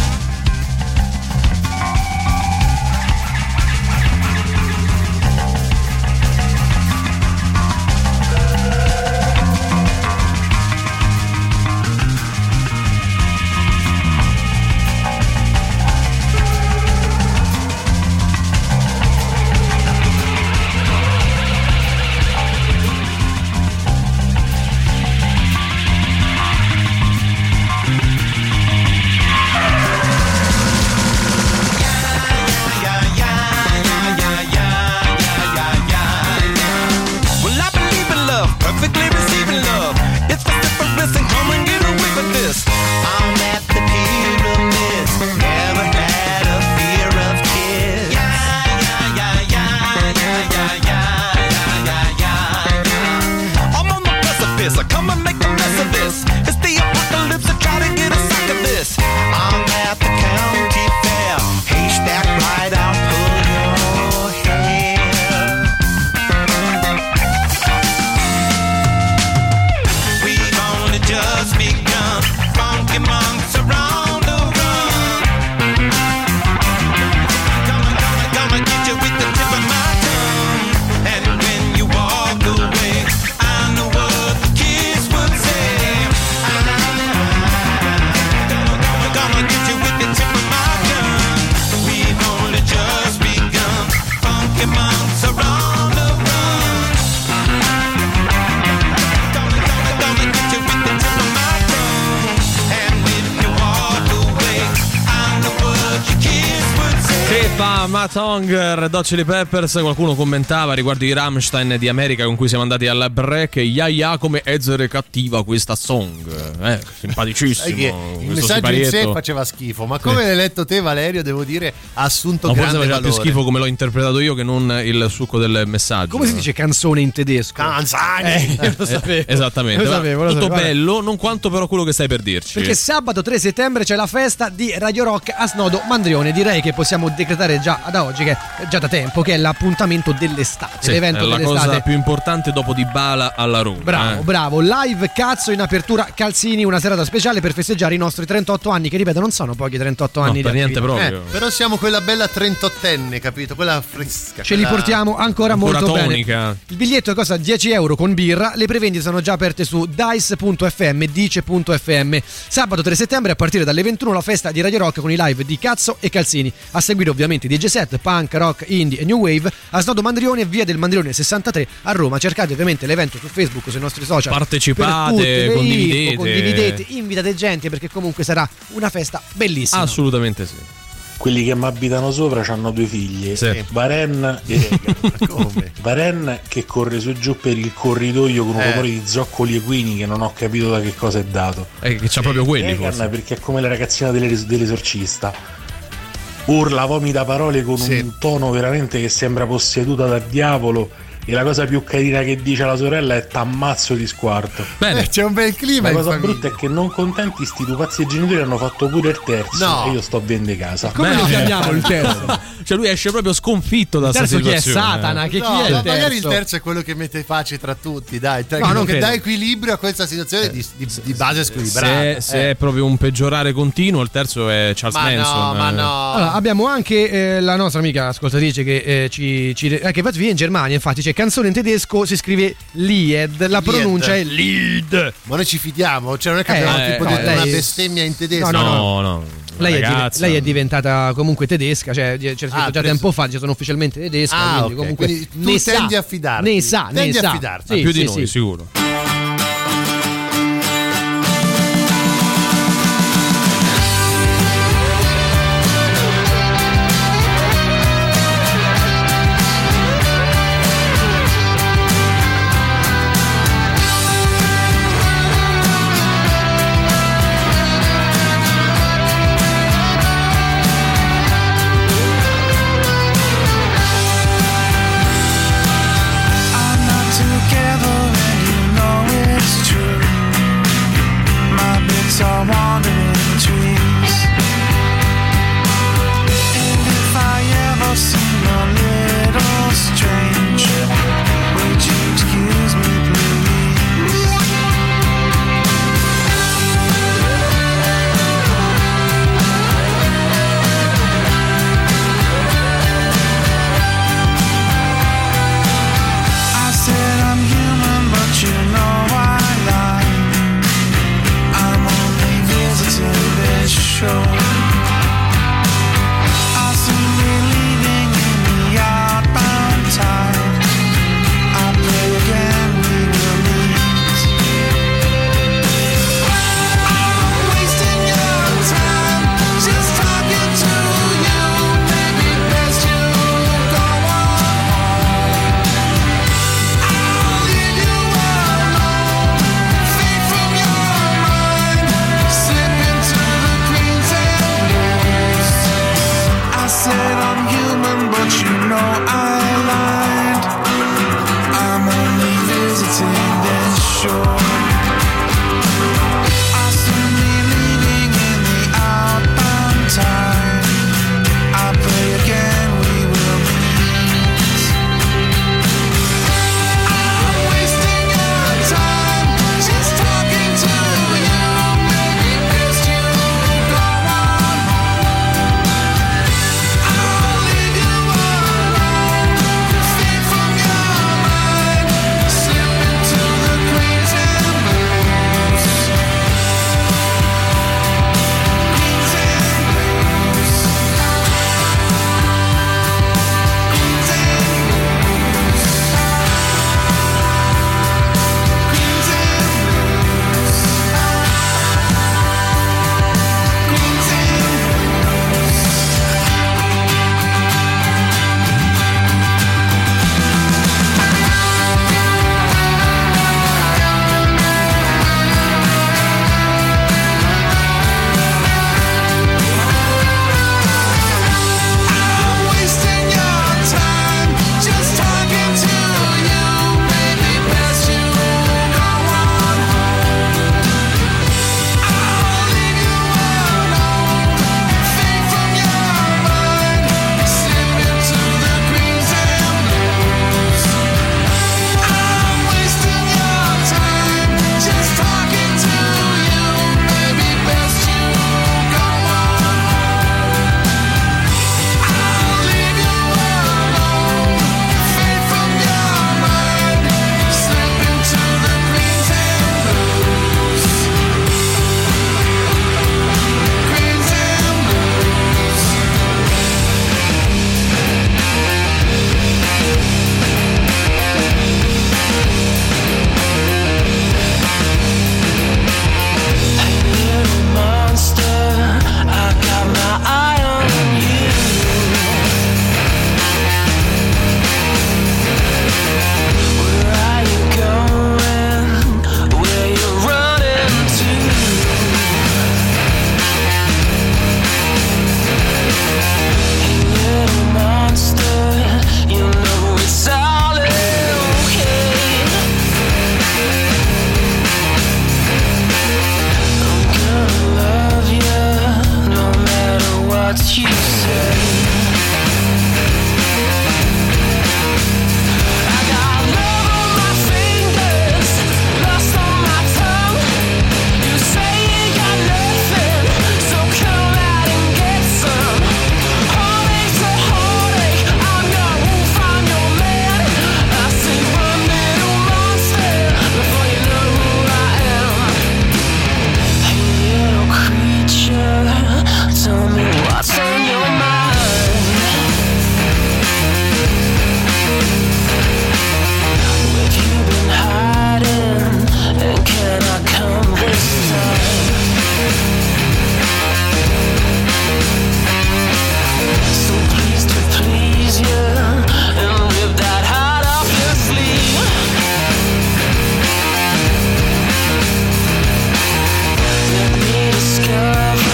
Well, I believe in love, perfectly receiving love. It's vociferous and come and get away with this. I'm at the pyramids, never had a fear of kids. I'm on the precipice, I come and make a mess of this. It's the apocalypse, I try to get a sack of this. I'm at the county fair, haystack right, I'll pull your hair. We've only just begun. Funky monks around the run. Gonna get you with the tip of my tongue. And when you walk away, I know what the kids would say. Gonna get you with the tip of my tongue. We've only just begun. Funky monks around the run. Gonna get you with the tip of my tongue. And when you walk away, I know what your kids would say. Che fa Matong, Red Hot Chili Peppers. Qualcuno commentava riguardo i Rammstein di America con cui siamo andati al break. Ya come essere cattiva questa song. Simpaticissimo. Il messaggio in sé faceva schifo, ma come l'hai letto te, Valerio, devo dire ha assunto grande valore. Forse faceva più schifo come l'ho interpretato io che non il succo del messaggio. Come si dice canzone in tedesco? Canzani. Lo sapevo. Esattamente. Lo sapevo. Tutto bello, non quanto però quello che stai per dirci. Perché sabato 3 settembre c'è la festa di Radio Rock a Snodo Mandrione. Direi che possiamo decretare già da oggi, che già da tempo, che è l'appuntamento dell'estate. Sì, l'evento è la dell'estate. cosa più importante dopo Di Bala alla Roma. Bravo. Live cazzo in apertura Calzini, una serata speciale per festeggiare i nostri 38 anni, che ripeto non sono pochi 38 anni. No, per niente proprio. Però siamo quella bella 38enne, capito? Quella fresca. Ce li portiamo ancora molto tonica. Bene. Il biglietto costa 10 euro con birra. Le prevendite sono già aperte su dice.fm, dice.fm. Sabato 3 settembre a partire dalle 21 la festa di Radio Rock con i live di Cazzo e Calzini. A seguire ovviamente DJ set, punk, rock, indie e new wave a Snodo Mandrione, via del Mandrione 63 a Roma. Cercate ovviamente l'evento su Facebook, sui nostri social. Partecipate, condividete, invitate gente, perché comunque sarà una festa bellissima. Assolutamente sì. quelli che mi abitano sopra hanno 2 figli, Varen e Regan. Varen che corre su e giù per il corridoio con un rumore di zoccoli equini che non ho capito da che cosa è dato, che c'ha proprio quelli, Regan forse, perché è come la ragazzina dell'esorcista, urla, vomita parole con un tono veramente che sembra posseduta dal diavolo. E la cosa più carina che dice alla sorella è t'ammazzo di squarto. Bene. C'è un bel clima. La cosa brutta è che non contenti sti due pazzi genitori hanno fatto pure il terzo. E io sto vende casa. Come lo chiamiamo il terzo? Cioè lui esce proprio sconfitto da questa situazione. Chi è Satana? Chi è il terzo? Magari il terzo è quello che mette pace tra tutti, dai, che dà equilibrio a questa situazione di base squilibrata. Se è proprio un peggiorare continuo, il terzo è Charles Manson. Ma no. Allora, abbiamo anche la nostra amica ascoltatrice che che va via in Germania, infatti c'è canzone in tedesco, si scrive Lied, la pronuncia è Lied. Ma noi ci fidiamo? Cioè non è che abbiamo tipo detto una bestemmia in tedesco? No. Lei è diventata comunque tedesca, cioè c'era scritto già tempo fa, sono ufficialmente tedesca, quindi comunque quindi tu tendi a fidarti. Ne sa. A fidarti. Più di noi, sicuro. you say. Tell me what's on your mind. Where you been hiding? And can I come this time? So pleased to please you and rip that heart off your sleeve. Let me discover.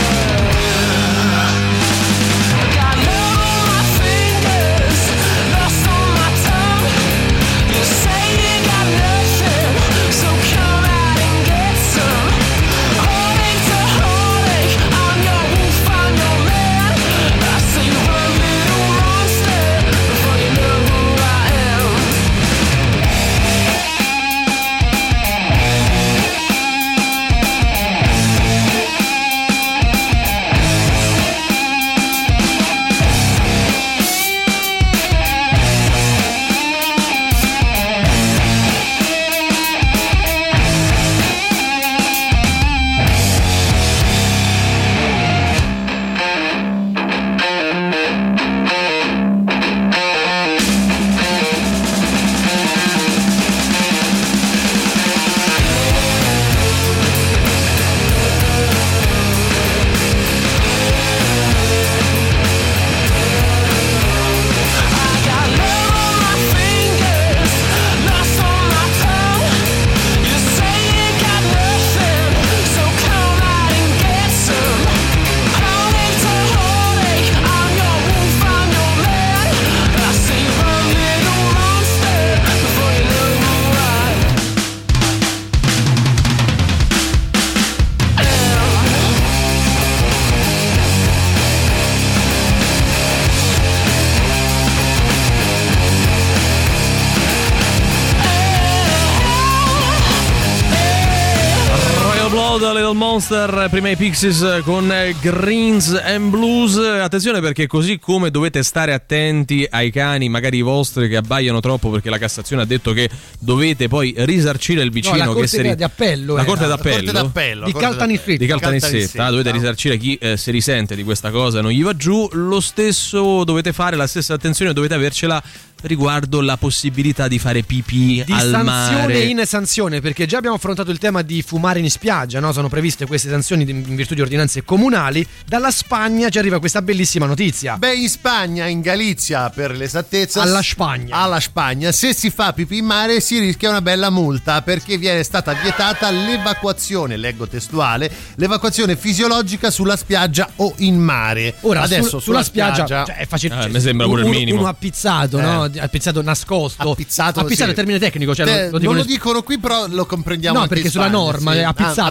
Little Monster, prima i Pixies con Greens and Blues. Attenzione, perché così come dovete stare attenti ai cani, magari i vostri, che abbaiano troppo, perché la Cassazione ha detto che dovete poi risarcire il vicino. No, la Corte di appello. La Corte d'Appello di Caltanissetta, dovete risarcire chi si risente di questa cosa, non gli va giù. Lo stesso dovete fare, la stessa attenzione dovete avercela riguardo la possibilità di fare pipì al mare. Sanzione in sanzione, perché già abbiamo affrontato il tema di fumare in spiaggia, no? Sono previste queste sanzioni in virtù di ordinanze comunali. Dalla Spagna ci arriva questa bellissima notizia. Beh, in Spagna, in Galizia per l'esattezza, alla Spagna, se si fa pipì in mare si rischia una bella multa, perché viene stata vietata l'evacuazione, leggo testuale, l'evacuazione fisiologica sulla spiaggia o in mare. Ora adesso sulla spiaggia cioè, è facile, mi sembra pure il minimo. Uno appizzato, no? Appizzato nascosto. Appizzato sì. È termine tecnico, cioè non lo dicono qui, però lo comprendiamo. No, anche perché sulla norma sì.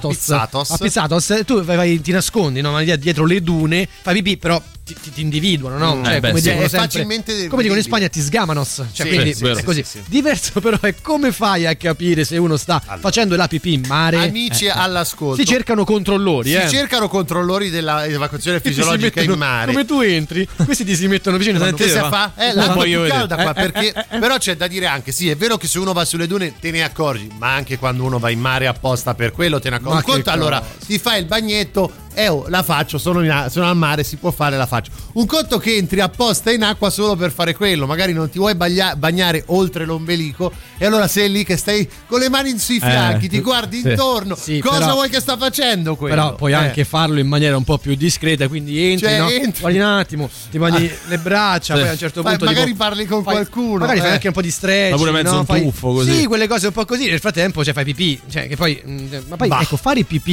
Appizzatos, tu ti nascondi, no? Ma dietro le dune fai pipì, però ti individuano, no? Cioè, come dicono facilmente, come dicono in Spagna, ti sgamanos, cioè, sì, quindi è così. Diverso però è come fai a capire se uno sta facendo la pipì in mare. Amici all'ascolto, si cercano controllori, della evacuazione fisiologica in mare. Come tu entri, questi ti si mettono vicino. L'acqua più calda qua, perché però c'è da dire anche, sì, è vero che se uno va sulle dune te ne accorgi, ma anche quando uno va in mare apposta per quello te ne accorgi. Allora ti fai il bagnetto, la faccio, sono al mare, si può fare, la faccio. Un conto che entri apposta in acqua solo per fare quello, magari non ti vuoi bagnare oltre l'ombelico, e allora sei lì che stai con le mani sui fianchi, ti guardi intorno, cosa vuoi che sta facendo quello? Però puoi anche farlo in maniera un po' più discreta, quindi entri, guardi un attimo, ti bagni le braccia, poi a un certo punto magari parli con qualcuno, magari fai anche un po' di stretch, ma pure mezzo un tuffo così. Sì, quelle cose un po' così, nel frattempo fai pipì, cioè che poi ma poi ecco, fare pipì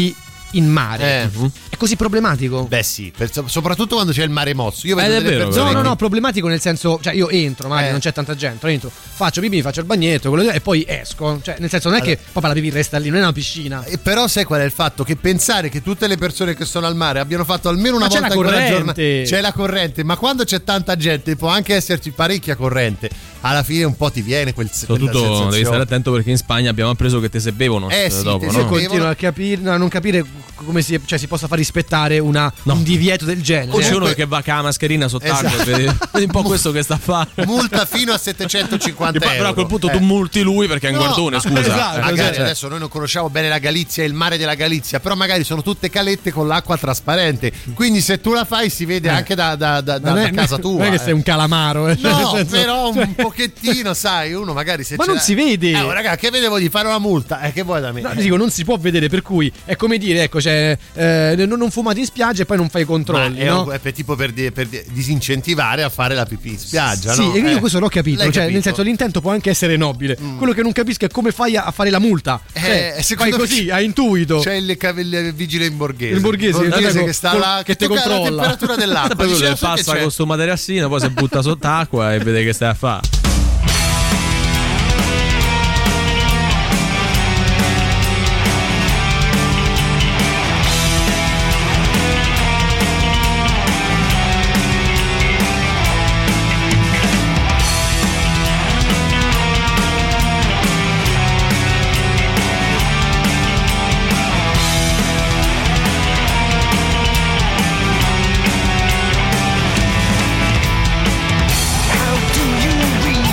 in mare. È così problematico? Beh sì, soprattutto quando c'è il mare mosso. Io vedo delle persone no, problematico nel senso, cioè io entro, magari non c'è tanta gente, entro, faccio pipì, faccio il bagnetto e poi esco, cioè nel senso non è che proprio la pipì resta lì, non è una piscina. Però sai qual è il fatto? Che pensare che tutte le persone che sono al mare abbiano fatto almeno una volta in quella giornata, c'è la corrente, ma quando c'è tanta gente può anche esserci parecchia corrente, alla fine un po' ti viene soprattutto devi stare attento, perché in Spagna abbiamo appreso che te se bevono dopo, no? Continuo a non capire come si possa far rispettare un divieto del genere. O c'è uno che va con la mascherina sott'acqua, vedi un po' questo che sta a fare. Multa fino a 750 euro. Però a quel punto tu multi lui perché è un guardone, scusa. Esatto, magari adesso noi non conosciamo bene la Galizia e il mare della Galizia, però magari sono tutte calette con l'acqua trasparente, quindi se tu la fai si vede anche da casa tua. Non è che sei un calamaro, no, però un pochettino, sai, uno magari se ma non si vede. Raga, che vedevo di fare una multa? Che vuoi da me? No, dico, non si può vedere, per cui è come dire, ecco, non fumate in spiaggia e poi non fai i controlli, no? È tipo per disincentivare a fare la pipì in spiaggia, sì, no? e io questo l'ho capito, nel senso l'intento può anche essere nobile. Quello che non capisco è come fai a fare la multa. Fai così, a intuito. C'è il vigile in borghese. Il borghese che sta là, che ti controlla la temperatura dell'acqua. Poi passa con sto materassino, poi si butta sott'acqua e vede che stai a fare. How do you read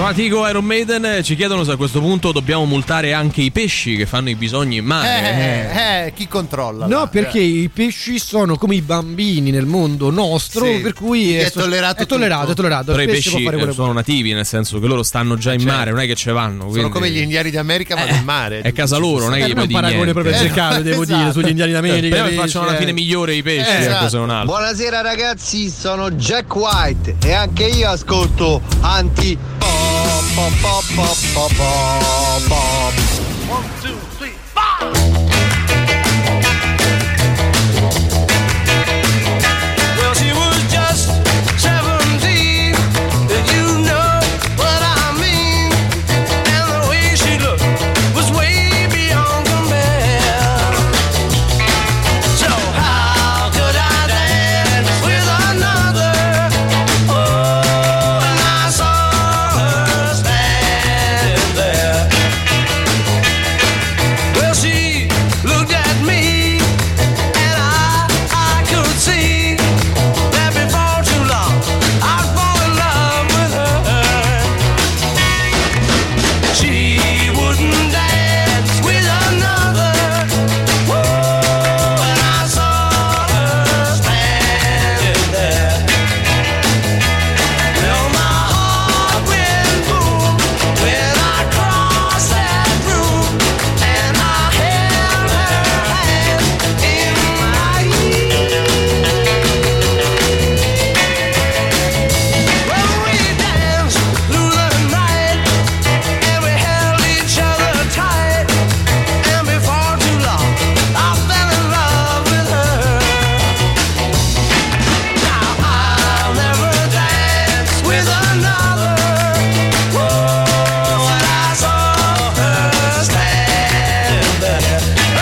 Pratico Iron Maiden ci chiedono se a questo punto dobbiamo multare anche i pesci che fanno i bisogni in mare. Chi controlla? No, perché i pesci sono come i bambini nel mondo nostro, per cui è tollerato. È tollerato. Però i pesci sono nativi, nel senso che loro stanno già in mare, non è che ce vanno. Quindi... Sono come gli indiani d'America, ma nel mare. È casa loro, non è che gli puoi dire niente. Un paragone proprio azzeccato, devo dire, sugli indiani d'America. Però facciano alla fine migliore i pesci, ecco, se non altro. Buonasera ragazzi, sono Jack White e anche io ascolto Anti Pop pop pop pop pop. 1, 2, 3, 4. Well, she was just 17, and you know what I mean. And the way she looked was way beyond compare. So how could I dance with another? Oh, and I saw her standing there. Well, she looked at me, and I could see that before too long I'd fall in love with her. She wouldn't dance with another. Oh, and I saw her standing there. Well, my heart went boom when I crossed that room, and I held her hand in mine. Well, we danced through the night, and we held each other tight, and before too long I fell in love with her. Now I'll never dance with another. Oh, and I saw her standing there.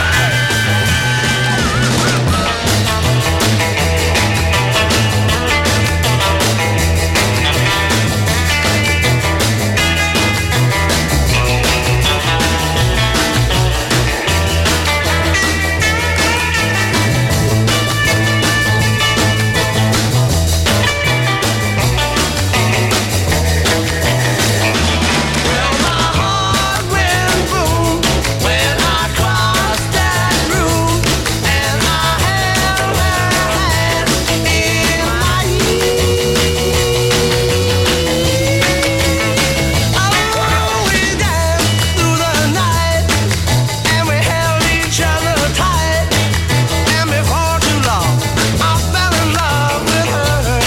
Well, my heart went boom when I crossed that room, and I held her hand in mine. Oh, we danced through the night, and we held each other tight, and before too long I fell in love with her.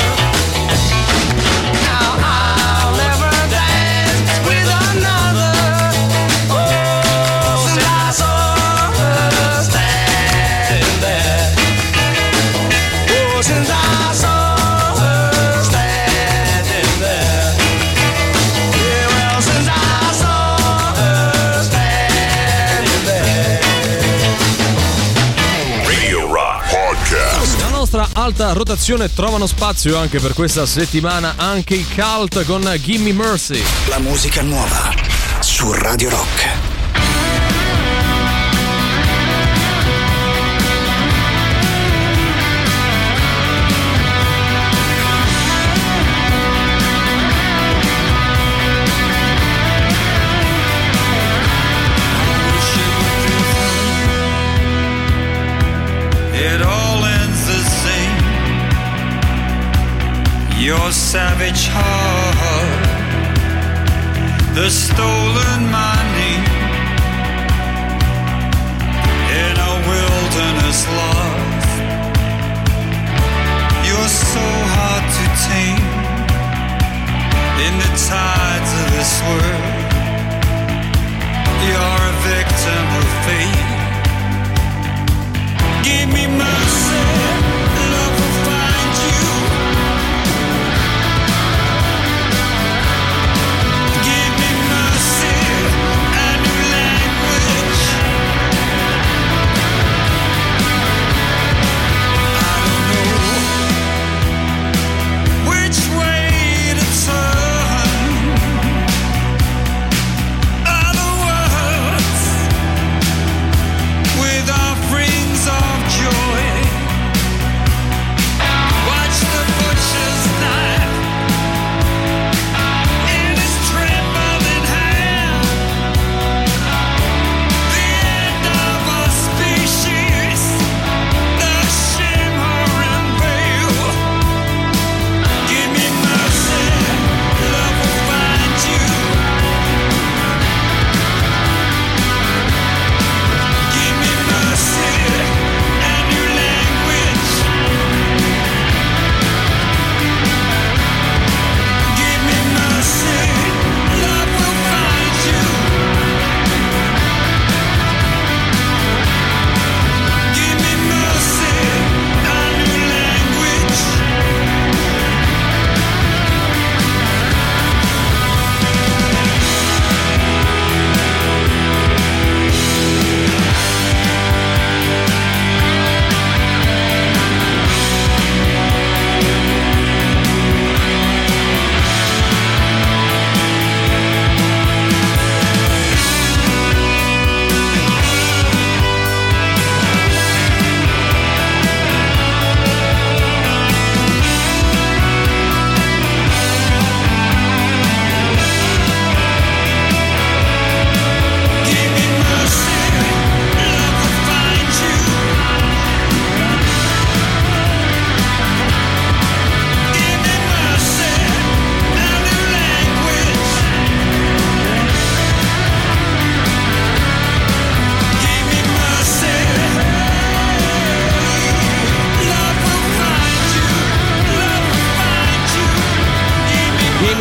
Now I'll never dance with another. Oh, since I saw her standing there. Oh, since I saw her standing there. Yeah, well, since I saw her standing there. Radio Rock Podcast. La nostra alta rotazione trovano spazio anche per questa settimana anche i Cult con Gimme Mercy. La musica nuova su Radio Rock. It all ends the same. Your savage heart, the stolen money, in a wilderness lost. You're so hard to tame in the tides of this world. You're a victim of fate. Give me mercy, love will find you. Give me mercy,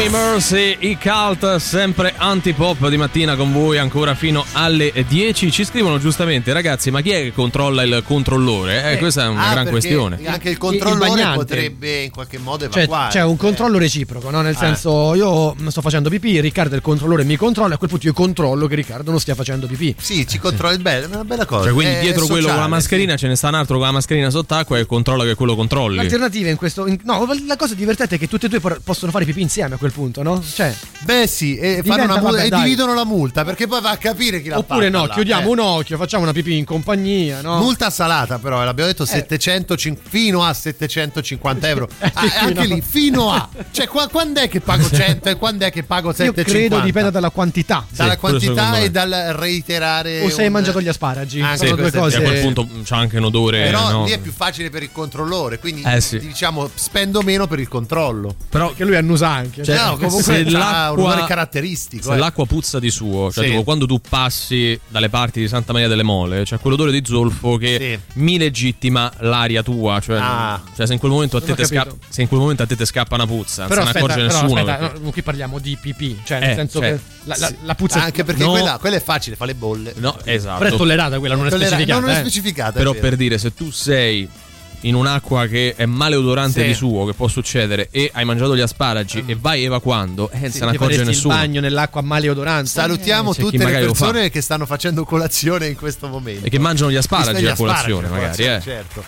Me Mercy, i Cult, sempre antipop di mattina con voi ancora fino alle 10. Ci scrivono giustamente, ragazzi, ma chi è che controlla il controllore? Questa è una gran questione. Anche il controllore potrebbe in qualche modo evacuare. C'è un controllo reciproco, no? Nel senso, io sto facendo pipì, Riccardo è il controllore mi controlla, a quel punto io controllo che Riccardo non stia facendo pipì. Sì, ci controlla, è una bella cosa. Cioè, quindi dietro quello con la mascherina ce ne sta un altro con la mascherina sott'acqua e controlla che quello controlli. L'alternativa in questo... No, la cosa divertente è che tutti e due possono fare pipì insieme a quel punto, no? Cioè, beh sì, e fanno una multa, e dividono la multa, perché poi va a capire chi l'ha fatta. Oppure no, chiudiamo un occhio, facciamo una pipì in compagnia, no? Multa salata però, l'abbiamo detto fino a 750 euro. Anche lì, fino a. Cioè quando è che pago 100 e quando è che pago 750? Io credo dipenda dalla quantità. Dalla quantità e dal reiterare. O se hai mangiato gli asparagi. Sono due cose. E a quel punto c'ha anche un odore. Però lì è più facile per il controllore, quindi diciamo spendo meno per il controllo. Però che lui annusa anche. Cioè, no, comunque ha un odore caratteristico. Se l'acqua puzza di suo, cioè tipo quando tu passi dalle parti di Santa Maria delle Mole, c'è quell'odore di zolfo che mi legittima l'aria tua, cioè se in quel momento a te te scappa una puzza, però non se ne accorge nessuno. Aspetta, qui parliamo di pipì, cioè nel senso che la puzza anche perché quella è facile, fa le bolle. No, esatto. Però è tollerata quella, non è specificata. Non è specificata. Però per dire, se tu sei in un'acqua che è maleodorante di suo, che può succedere, e hai mangiato gli asparagi e vai evacuando, se ne accorge nessuno. Il bagno nell'acqua maleodorante. Salutiamo tutte le persone che stanno facendo colazione in questo momento e che mangiano gli asparagi a colazione, magari. Certo.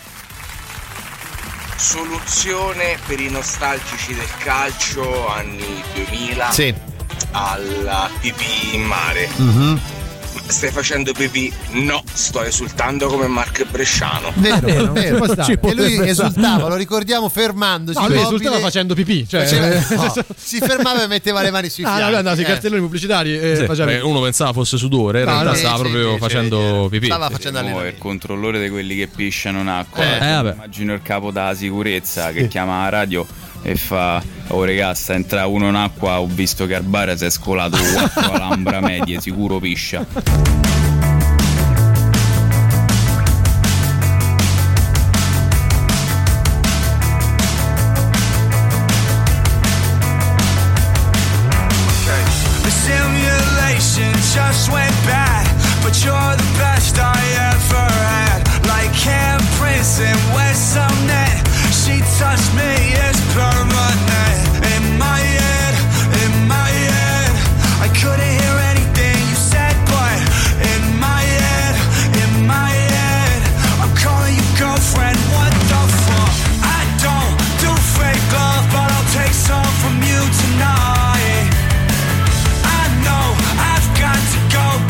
Soluzione per i nostalgici del calcio anni 2000 alla pipì in mare. Stai facendo pipì? No, sto esultando come Mark Bresciano. Vero. E lui esultava, lo ricordiamo, fermandosi. No, lui esultava facendo pipì. Si fermava e metteva le mani sui fianchi. Sui cartelloni pubblicitari. Uno pensava fosse sudore, in realtà stava proprio facendo pipì. Stava facendo il controllore di quelli che pisciano in acqua. Immagino il capo della sicurezza che chiama la radio e fa: oh ragazza, entra uno in acqua, ho visto che al bar si è scolato 4 Alhambra medie, sicuro piscia. The simulation just went bad, but you're the best I ever had. Like handprints in West Net, she touched me, it's permanent. In my head, I couldn't hear anything you said, but in my head, I'm calling you girlfriend, what the fuck? I don't do fake love, but I'll take some from you tonight. I know I've got to go,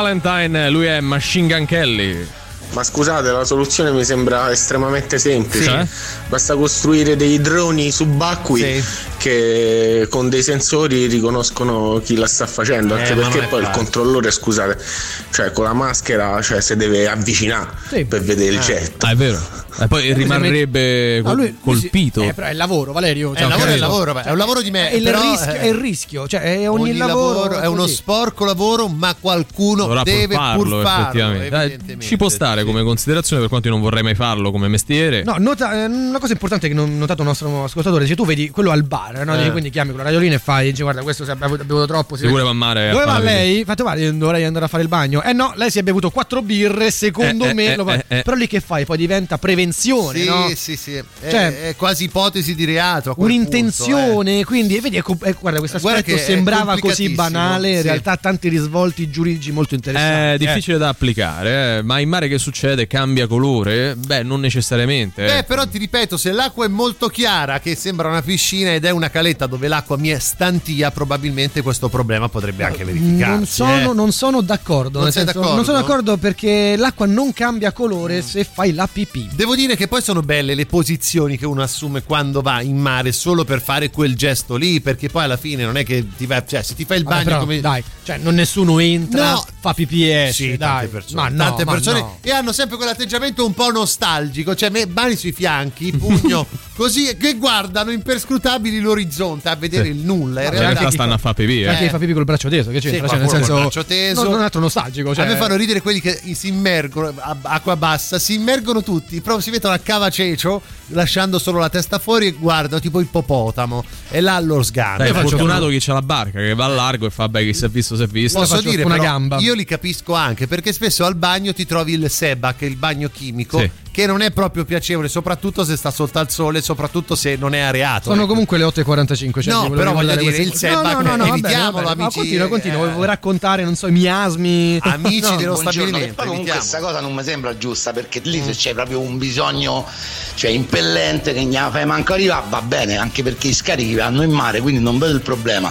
Valentine, lui è Machine Gun Kelly. Ma scusate, la soluzione mi sembra estremamente semplice. Sì. Basta costruire dei droni subacquei che con dei sensori riconoscono chi la sta facendo. Anche perché poi il controllore, scusate, cioè con la maschera, cioè si deve avvicinare per vedere il jet. È vero. E poi rimarrebbe colpito. Però è il lavoro, Valerio. È un lavoro di me. È il rischio, cioè è ogni lavoro è uno sporco lavoro, ma qualcuno dovrà deve pur farlo, effettivamente. Ci può stare come considerazione, per quanto io non vorrei mai farlo come mestiere. No, una cosa importante che non notato il nostro ascoltatore, se tu vedi quello al bar, no? Quindi chiami con la radiolina e fai, dici guarda, questo si è bevuto troppo. Sicuro va a mare. Dove va lei? Fate, guarda, dovrei andare a fare il bagno. No, lei si è bevuto 4 birre, secondo me. Però lì che fai? Poi diventa prevenzione, sì, no? Sì. Cioè, è quasi ipotesi di reato. Un'intenzione, quindi vedi, guarda, questo aspetto sembrava così banale, in realtà ha tanti risvolti giuridici molto interessanti. È difficile da applicare, ma in mare che succede? Cambia colore? Beh, non necessariamente. Però ti ripeto, se l'acqua è molto chiara, che sembra una piscina ed è una caletta dove l'acqua mi è stantia, probabilmente questo problema potrebbe anche verificarsi. Non sono d'accordo. Non sono d'accordo perché l'acqua non cambia colore se fai la pipì. Devo dire che poi sono belle le posizioni che uno assume quando va in mare solo per fare quel gesto lì, perché poi alla fine non è che ti vai, cioè se ti fai il bagno però, come dai, cioè non nessuno entra, fa pipì e esce, sì, dai. Tante persone e hanno sempre quell'atteggiamento un po' nostalgico, cioè mani sui fianchi, pugno così, che guardano imperscrutabili l'orizzonte a vedere il nulla. In realtà stanno a fare pipì. Anche fa pipì col braccio teso, che c'entra? Cioè, nel senso, braccio teso. Non è altro nostalgico. Cioè... A me fanno ridere quelli che si immergono a acqua bassa, si immergono tutti, proprio si mettono a cavacecio, lasciando solo la testa fuori e guardano tipo ippopotamo. E là lo sgano. È fortunato chi c'ha la barca che va a largo e fa beh, chi si è visto si è visto. Posso dire una però, gamba. Io li capisco anche perché spesso al bagno ti trovi il Sebak, il bagno chimico, che non è proprio piacevole, soprattutto se sta sotto al sole, soprattutto se non è areato. Sono comunque le 8:45. Cioè no, però voglio dire, il Sebak, evitiamolo, amici. Continua, vuoi raccontare, non so, i miasmi. Amici dello stabilimento. Poi comunque questa cosa non mi sembra giusta, perché lì se c'è proprio un bisogno, cioè impellente, che ne fai manco arrivare, va bene, anche perché i scarichi vanno in mare, quindi non vedo il problema.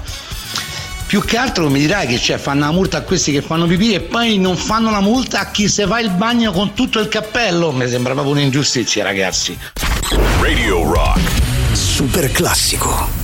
Più che altro mi dirai che fanno la multa a questi che fanno pipì e poi non fanno la multa a chi se fa il bagno con tutto il cappello. Mi sembra proprio un'ingiustizia, ragazzi. Radio Rock super classico.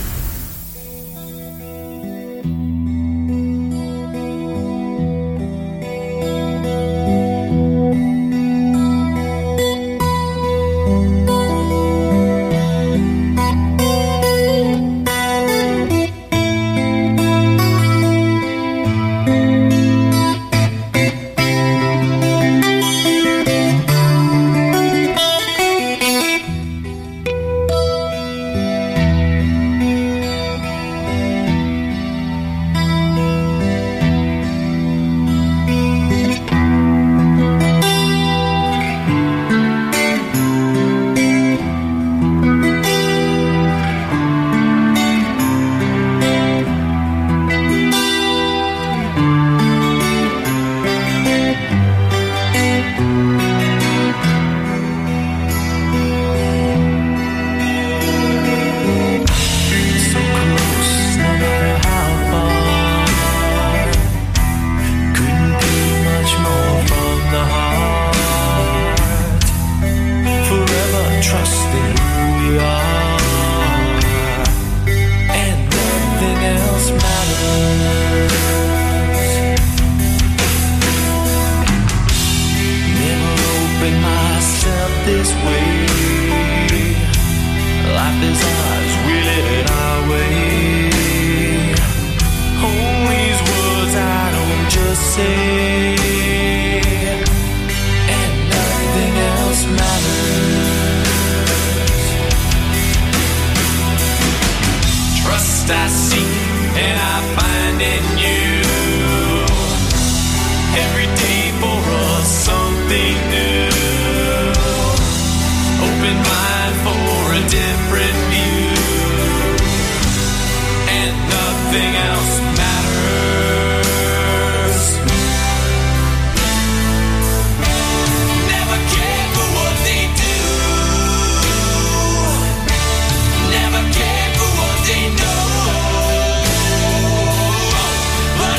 But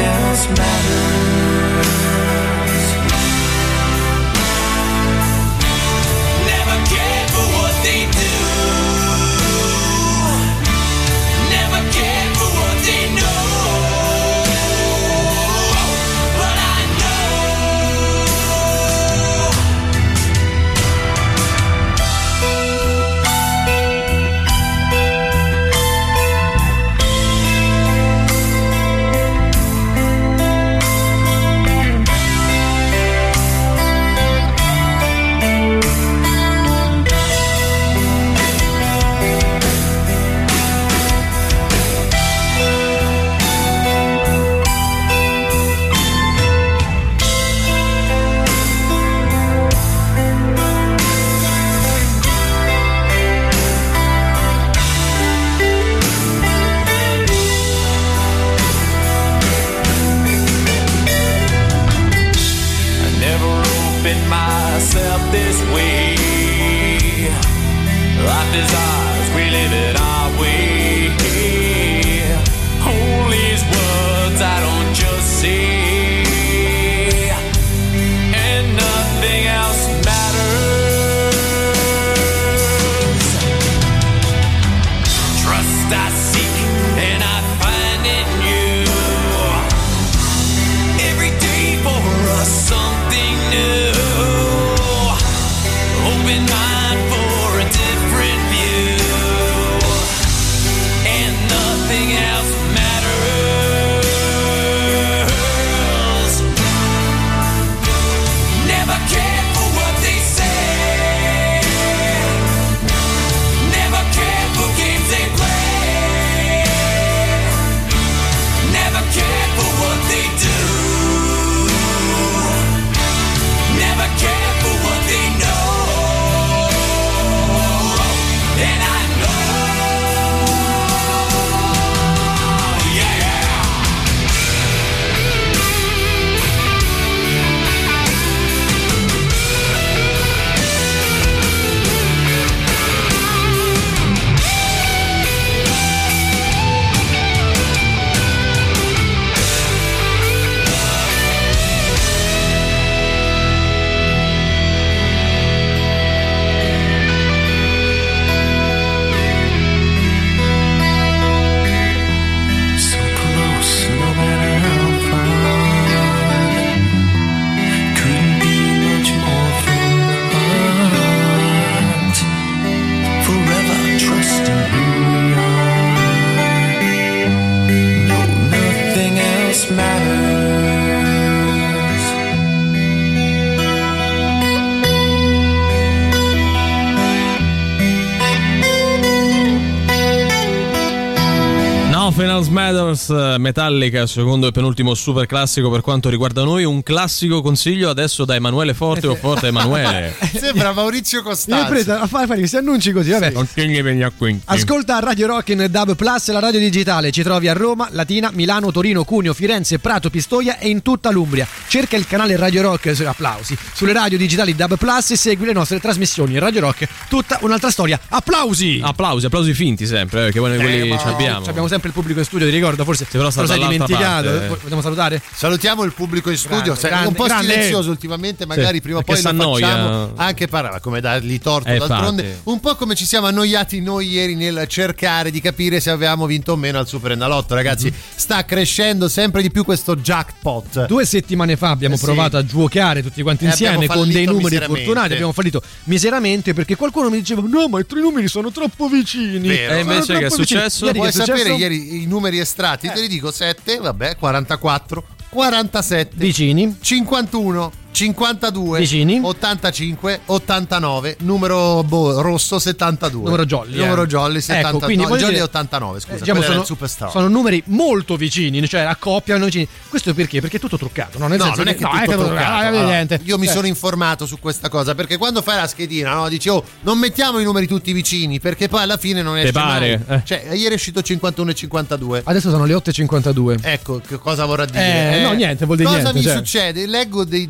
else matters. Never cared for what they do. Never cared for what they know. But I myself this way. Life is ours, we live it our way. All these words I don't just say, and nothing else matters. Trust I seek and I find in you. Every day for us something new. Open mind for a different view, and nothing else matters. Never cared for what they say. Never cared for games they play. Never cared for what they do. Never cared for what they know. And I Nothing Else Matters, Metallica, secondo e penultimo super classico per quanto riguarda noi. Un classico consiglio adesso da Emanuele Forte o Forte Emanuele. Sembra Maurizio Costanzo. A fare questi annunci così, vabbè. Ascolta Radio Rock in DAB Plus, la radio digitale. Ci trovi a Roma, Latina, Milano, Torino, Cuneo, Firenze, Prato, Pistoia e in tutta l'Umbria. Cerca il canale Radio Rock, applausi, sulle radio digitali DAB Plus e segui le nostre trasmissioni. Radio Rock, tutta un'altra storia. Applausi! Applausi finti sempre, perché quelli ci abbiamo. Abbiamo sempre il pubblico in studio, ti ricordo, forse te lo sei dimenticato. Vogliamo salutare? Salutiamo il pubblico in studio, grande, un po' silenzioso ultimamente, magari prima o poi lo facciamo anche parlare, come dargli torto d'altronde, un po' come ci siamo annoiati noi ieri nel cercare di capire se avevamo vinto o meno al Super Enalotto, ragazzi. Sta crescendo sempre di più questo jackpot. 2 settimane fa abbiamo provato a giocare tutti quanti insieme con dei numeri fortunati, abbiamo fallito miseramente perché qualcuno mi diceva no, ma i 3 numeri sono troppo vicini. E invece che è successo? Puoi sapere ieri i numeri estratti, te li dico: 7, vabbè, 44, 47 vicini, 51, 52 vicini, 85, 89, numero rosso 72, numero jolly 79, ecco, quindi jolly 89, scusa, diciamo sono numeri molto vicini, cioè accoppiano vicini. Questo perché? Perché è tutto truccato, no? Non è che è tutto truccato. Allora, io mi sono informato su questa cosa, perché quando fai la schedina, no, dici non mettiamo i numeri tutti vicini, perché poi alla fine non esce mai. Cioè ieri è uscito 51 e 52, adesso sono le 8:52. Ecco, che cosa vorrà dire? No, niente, vuol dire cosa niente. Cosa mi succede? Leggo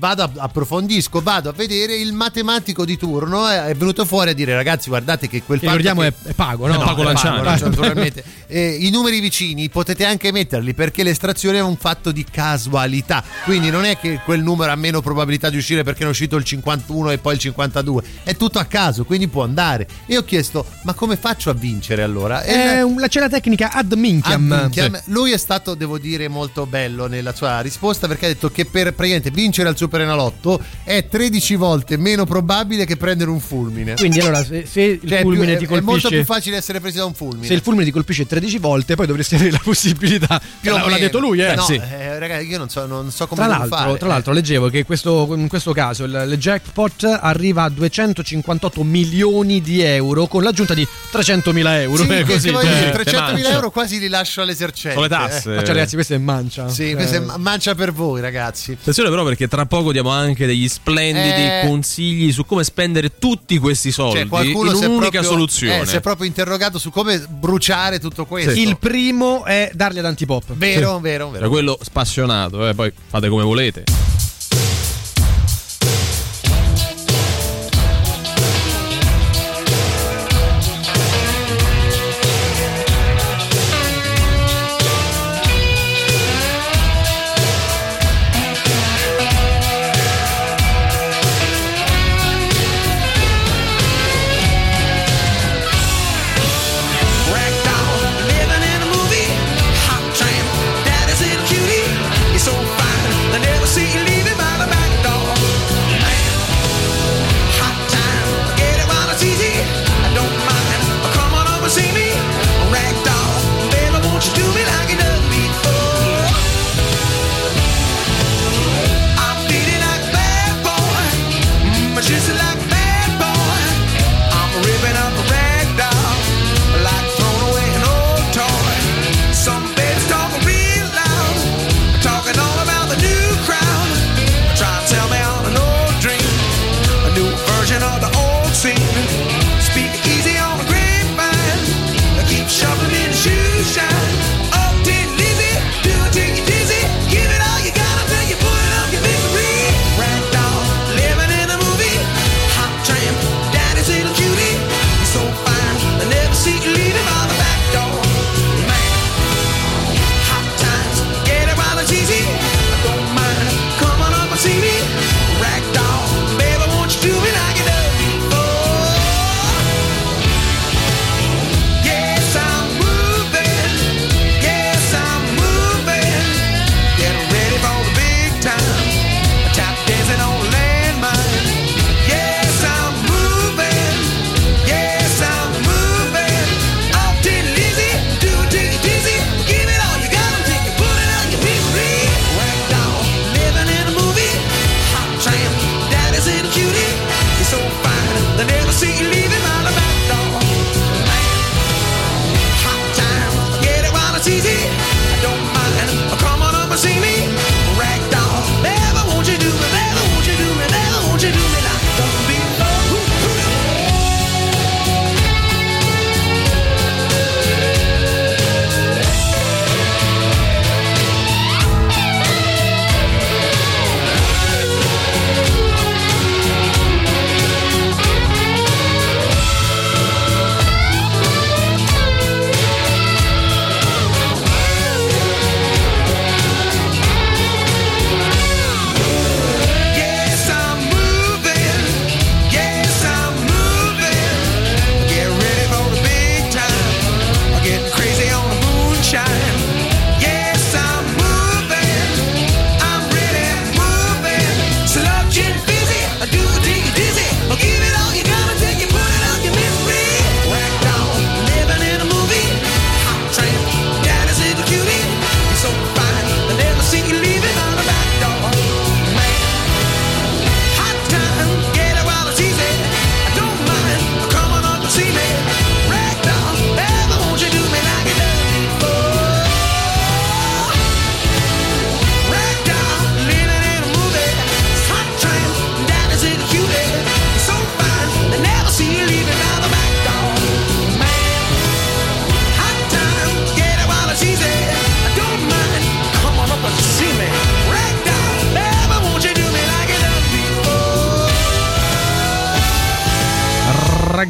approfondisco, vado a vedere, il matematico di turno è venuto fuori a dire: ragazzi, guardate che quel fatto ricordiamo è pago, no? È pago Lanciani. Naturalmente. I numeri vicini potete anche metterli, perché l'estrazione è un fatto di casualità, quindi non è che quel numero ha meno probabilità di uscire perché ne è uscito il 51 e poi il 52, è tutto a caso, quindi può andare. E ho chiesto: ma come faccio a vincere allora? C'è la tecnica ad minchiam. Sì. Lui è stato, devo dire, molto bello nella sua risposta, perché ha detto che per praticamente vincere al Superenalotto è 13 volte meno probabile che prendere un fulmine. Quindi allora se il fulmine ti colpisce, è molto più facile essere presi da un fulmine. Se il fulmine ti colpisce 13 volte, poi dovresti avere la possibilità. L'ha detto lui, No, sì. Ragazzi, io non so come fare. Tra l'altro leggevo che in questo caso il jackpot arriva a 258 milioni di euro con l'aggiunta di 300.000 euro. Sì, così, 300.000 euro quasi li lascio all'esercenti. Con le tasse. Cioè, ragazzi, questa è mancia. Sì, questa è mancia per voi, ragazzi. Attenzione però, perché tra poco diamo anche degli splendidi consigli su come spendere tutti questi soldi, cioè, qualcuno in un'unica soluzione. Si è proprio interrogato su come bruciare tutto questo. Sì. Il primo è dargli ad antipop. Vero. Cioè, quello spassionato, poi fate come volete. See you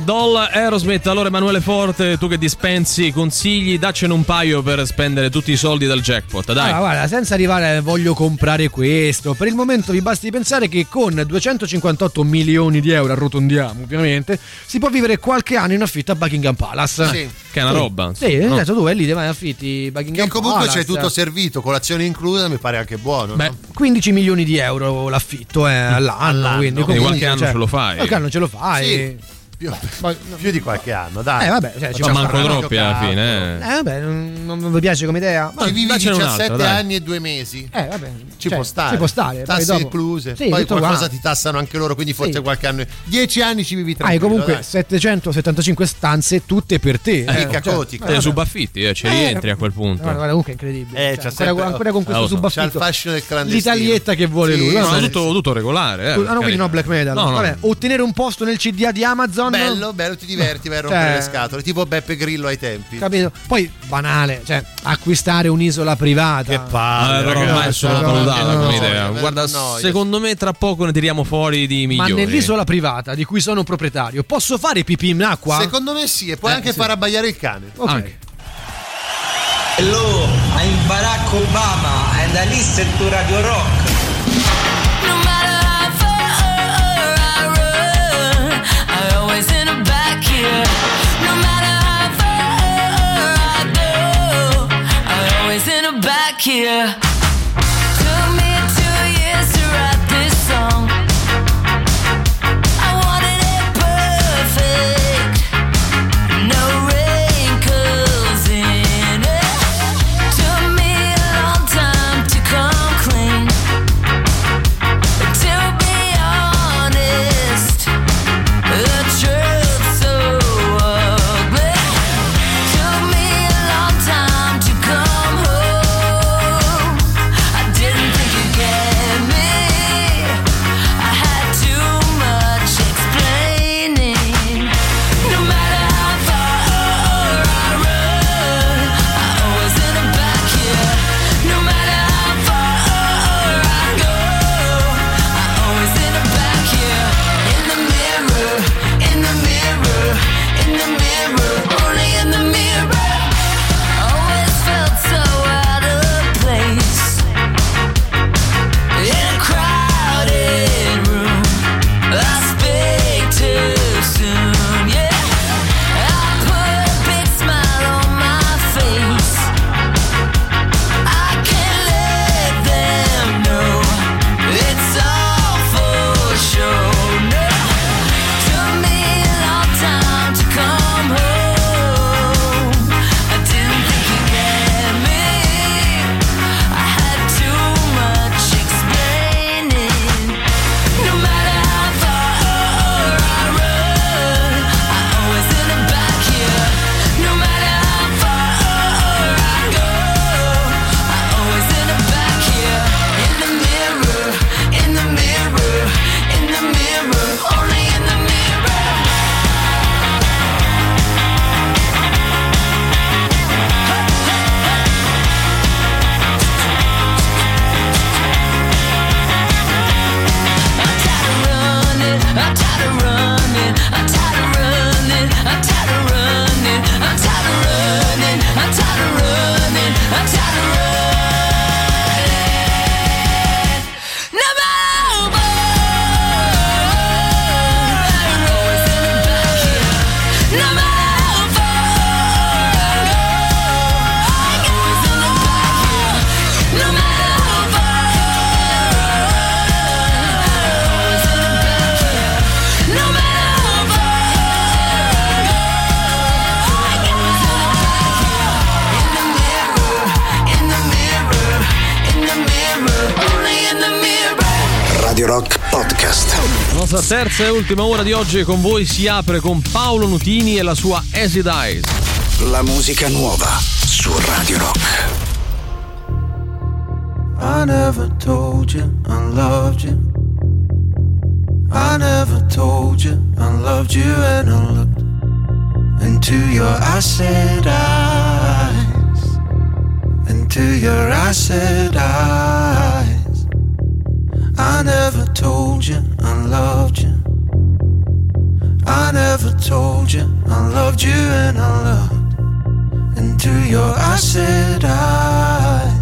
Ragdoll, Aerosmith. Allora Emanuele Forte, tu che dispensi consigli, daccene un paio per spendere tutti i soldi del jackpot, dai. Guarda, senza arrivare voglio comprare questo, per il momento vi basti pensare che con 258 milioni di euro, arrotondiamo ovviamente, si può vivere qualche anno in affitto a Buckingham Palace. Sì. Che è una roba. Sì, nel senso tu vai lì, ti vai in affitti Buckingham Palace. Comunque Palace. c'è tutto servito, colazione inclusa, mi pare anche buono. Beh, no? 15 milioni di euro l'affitto all'anno, quindi qualche anno ce lo fai. Qualche anno ce lo fai. Sì. Più di qualche anno, dai. Vabbè, cioè, ci manco troppi alla fine. Vabbè, non vi piace come idea? Ma vivi 17 anni e 2 mesi. Vabbè, ci può stare. Ci può stare. Tasse dopo... incluse. Sì, poi qualcosa qua. ti tassano anche loro, quindi forse qualche anno. 10 anni ci vivi tranquillo. Hai comunque dai. 775 stanze tutte per te. Cioè, subaffitti, ci rientri a quel punto. Guarda, comunque è incredibile. Ancora con questo subaffitto. C'ha il fascino del clandestino. L'italietta che vuole lui. No, tutto regolare. Quindi no black metal. No. Vabbè, ottenere un posto nel CDA di Amazon. Bello, ti diverti, vai a rompere le scatole, tipo Beppe Grillo ai tempi. Capito? Poi banale, cioè acquistare un'isola privata. Che palle, ormai è sopravvalutata come idea. Guarda, secondo me tra poco ne tiriamo fuori di migliori. Ma nell'isola privata di cui sono proprietario, posso fare pipì in acqua? Secondo me sì, e puoi anche far abbaiare il cane. Ok. Hello, I'm Barack Obama and I listen to Radio Rock. No matter how far I go, I always end up back here. Took me 2 years to write this song. I wanted it perfect, no wrinkles in it. Took me a long time to come clean. To be honest, the truth. Radio Rock Podcast. La nostra terza e ultima ora di oggi con voi si apre con Paolo Nutini e la sua Acid Eyes. La musica nuova su Radio Rock. I never told you I loved you. I never told you I loved you, and I looked into your acid eyes, into your acid eyes. I never told you I loved you. I never told you I loved you and I looked into your acid eyes.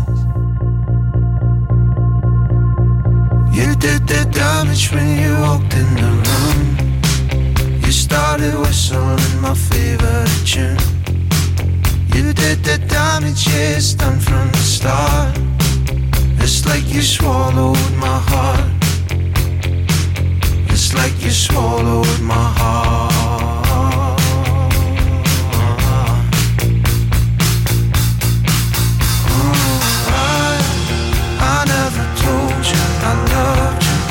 You did the damage when you walked in the room. You started whistling my favorite tune. You did the damage, yeah, it's done from the start. It's like you swallowed my heart. It's like you swallowed my heart. I never told you I loved you.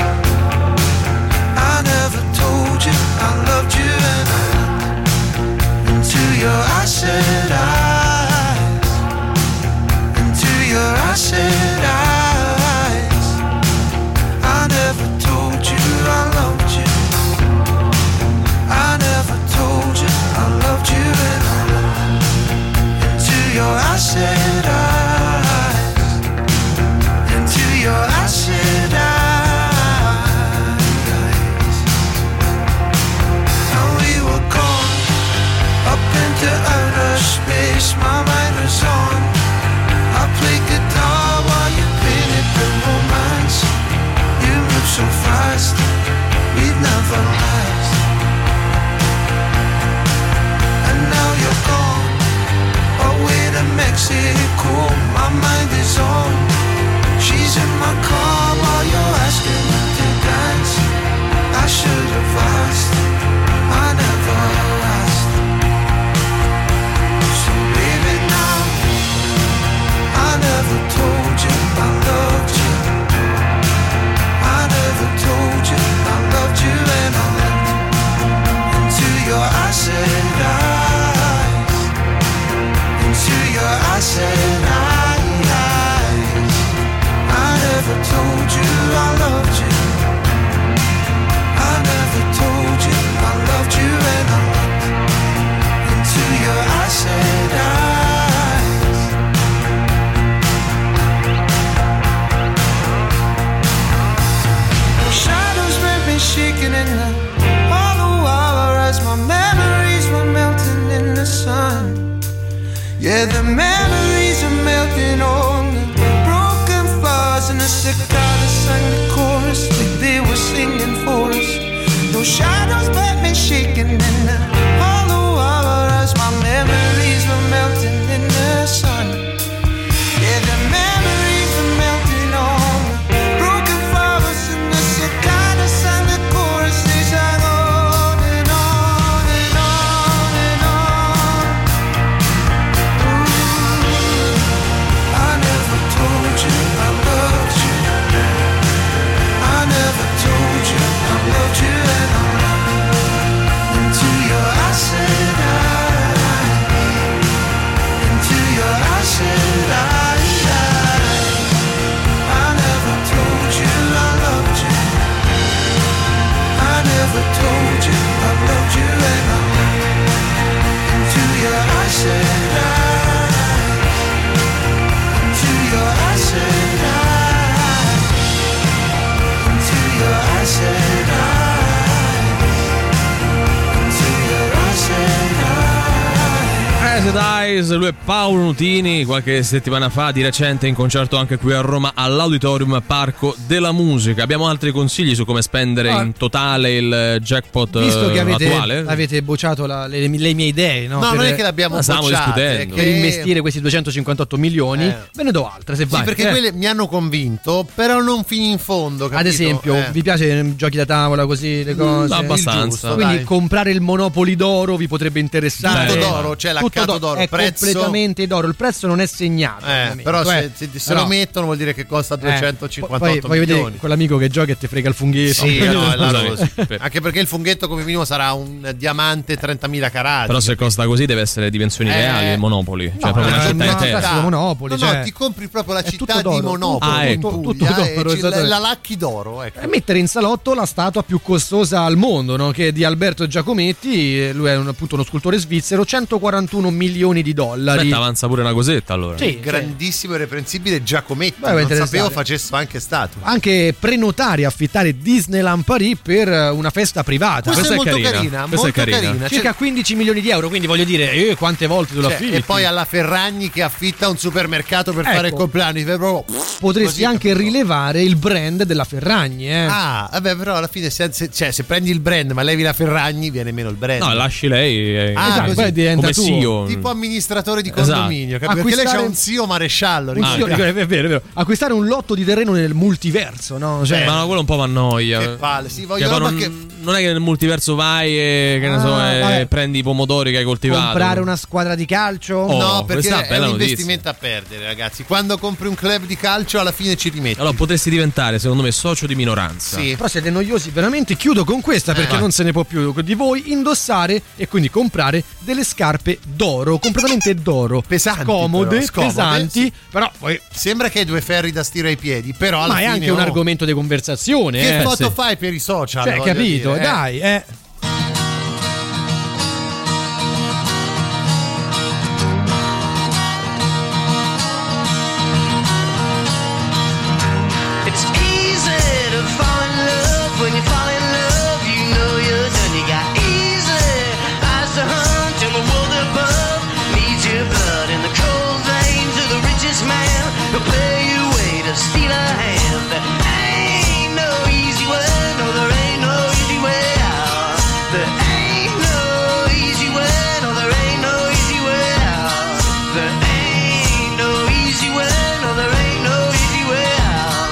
I never told you I loved you, and I looked into your acid eyes, into your acid eyes. I never told you I loved you. I never told you I loved you, and I looked into your acid eyes, into your acid eyes. And we were gone up into outer space. My mind was on. I played guitar while you painted the romance. You moved so fast, we'd never last. And now you're gone away to Mexico. My mind is on. She's in my car while you're asking me to dance. I should have asked, I never asked. So baby now, I never told you I loved you. I never told you I loved you, and I looked into your acid eyes, into your acid eyes. I never told you I loved you. I never told you I loved you, and I looked into your acid eyes. Shadows made me shaking in the hollow hour as my memories were melting in the sun. Yeah, the memories are melting on the broken flowers, and the cicadas sang the chorus like they were singing for us. Those shadows made me shaking in the hollow hour as my memories were melting in the sun. Yeah, the memories are melting on the broken flowers, and the cicadas sang the chorus. They sang on and on and on and on. Ooh, I never told you I loved you. I never told you I loved you, and I looked into your acid eyes, into your acid eyes. I never told you I loved you. I never told you I loved you, and I looked into your acid eyes, into your acid eyes, into your acid eyes, into your acid eyes. Acid Eyes, lui è Paolo Nutini, qualche settimana fa di recente in concerto anche qui a Roma all'Auditorium Parco della Musica. Abbiamo altri consigli su come spendere in totale il jackpot visto che attuale? avete bocciato le mie idee, no? No, non è che l'abbiamo bocciato, discutendo. Per investire questi 258 milioni, ve ne do altre se vai. Sì, perché quelle mi hanno convinto, però non fino in fondo, capito? Ad esempio, vi piace giochi da tavola così, le cose? Abbastanza. Quindi dai. comprare il Monopoli d'oro vi potrebbe interessare. Tutto d'oro, c'è l'accato d'oro, è prezzo completamente d'oro, il prezzo non è segnato. Però se lo mettono vuol dire che costa 258 poi milioni. vedi quell'amico che gioca e ti frega il funghetto. Sì, no, è là così. Anche perché il funghetto come minimo sarà un diamante 30.000 carati. Però se costa così deve essere dimensioni reali il Monopoli, cioè proprio una città intera. Monopoli, no, ti compri proprio la città di Monopoli, tutto d'oro, la Lucky d'oro, ecco. E mettere in salotto la statua più costosa al mondo, no? Che è di Alberto Giacometti. Lui è appunto uno scultore svizzero. $141 milioni $10. Avanza pure una cosetta allora. Sì, grandissimo e reprensibile Giacometti. Non sapevo facesse anche stato. Anche prenotare e affittare Disneyland Paris per una festa privata. Questa è molto carina. Molto carina. Circa 15 milioni di euro, quindi voglio dire, quante volte tu l'affitti. E poi alla Ferragni che affitta un supermercato per fare il compleanno. Potresti anche rilevare il brand della Ferragni. Vabbè, però alla fine se prendi il brand ma levi la Ferragni viene meno il brand. No, lasci lei. Esatto, poi diventa come CEO. Tipo amministratore di condominio, perché lei c'ha un CEO maresciallo. È vero. Acquistare un lotto di terreno nel multiverso, no? Cioè, ma quello un po' m'annoia. Che palle, sì, voglio non è che nel multiverso vai e prendi i pomodori che hai coltivato. Comprare una squadra di calcio? No, perché è un investimento a perdere, ragazzi. Quando compri un club di calcio alla fine ci rimetti. Allora potresti diventare, secondo me, socio di minoranza. Sì. Però siete noiosi, veramente. Chiudo con questa perché non se ne può più di voi indossare e quindi comprare delle scarpe d'oro, completamente d'oro, pesanti, scomode, pesanti, sì. Però poi sembra che hai due ferri da stiro ai piedi, però alla fine è anche un argomento di conversazione. Che foto fai per i social? Cioè, capito, dire, dai, steal a hand. Ain't no easy way, no, there ain't no easy way out. There ain't no easy way, no, there ain't no easy way out. There ain't no easy way, no, there ain't no easy way out.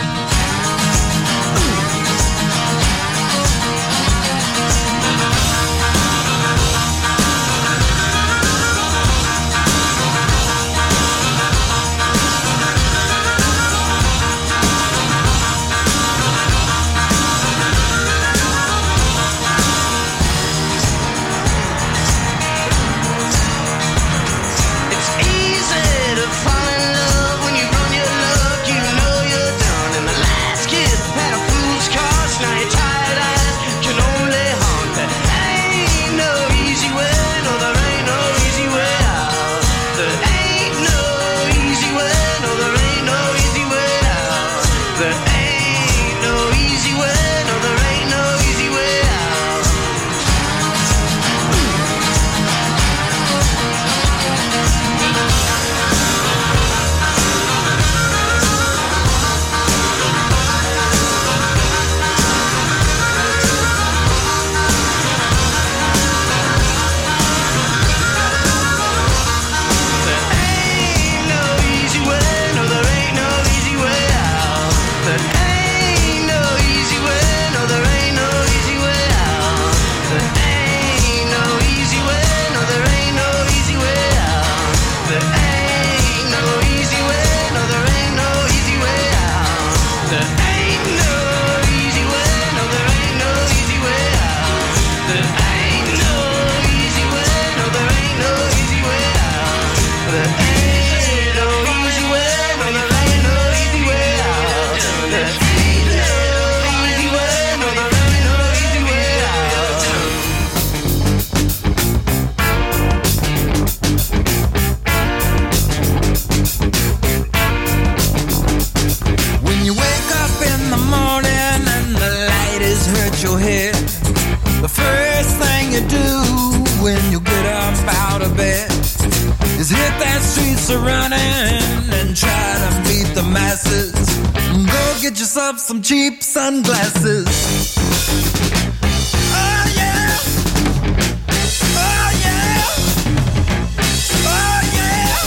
Some cheap sunglasses. Oh yeah, oh yeah, oh yeah.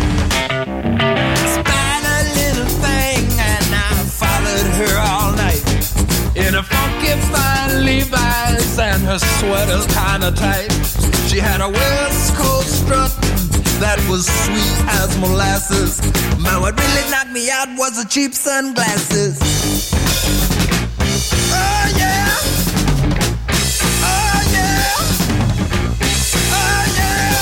Spied a little thing and I followed her all night in a funky fine Levi's and her sweater's kinda tight. She had a West Coast strut that was sweet as molasses. But what really knocked me out was the cheap sunglasses. Oh yeah, oh yeah, oh yeah.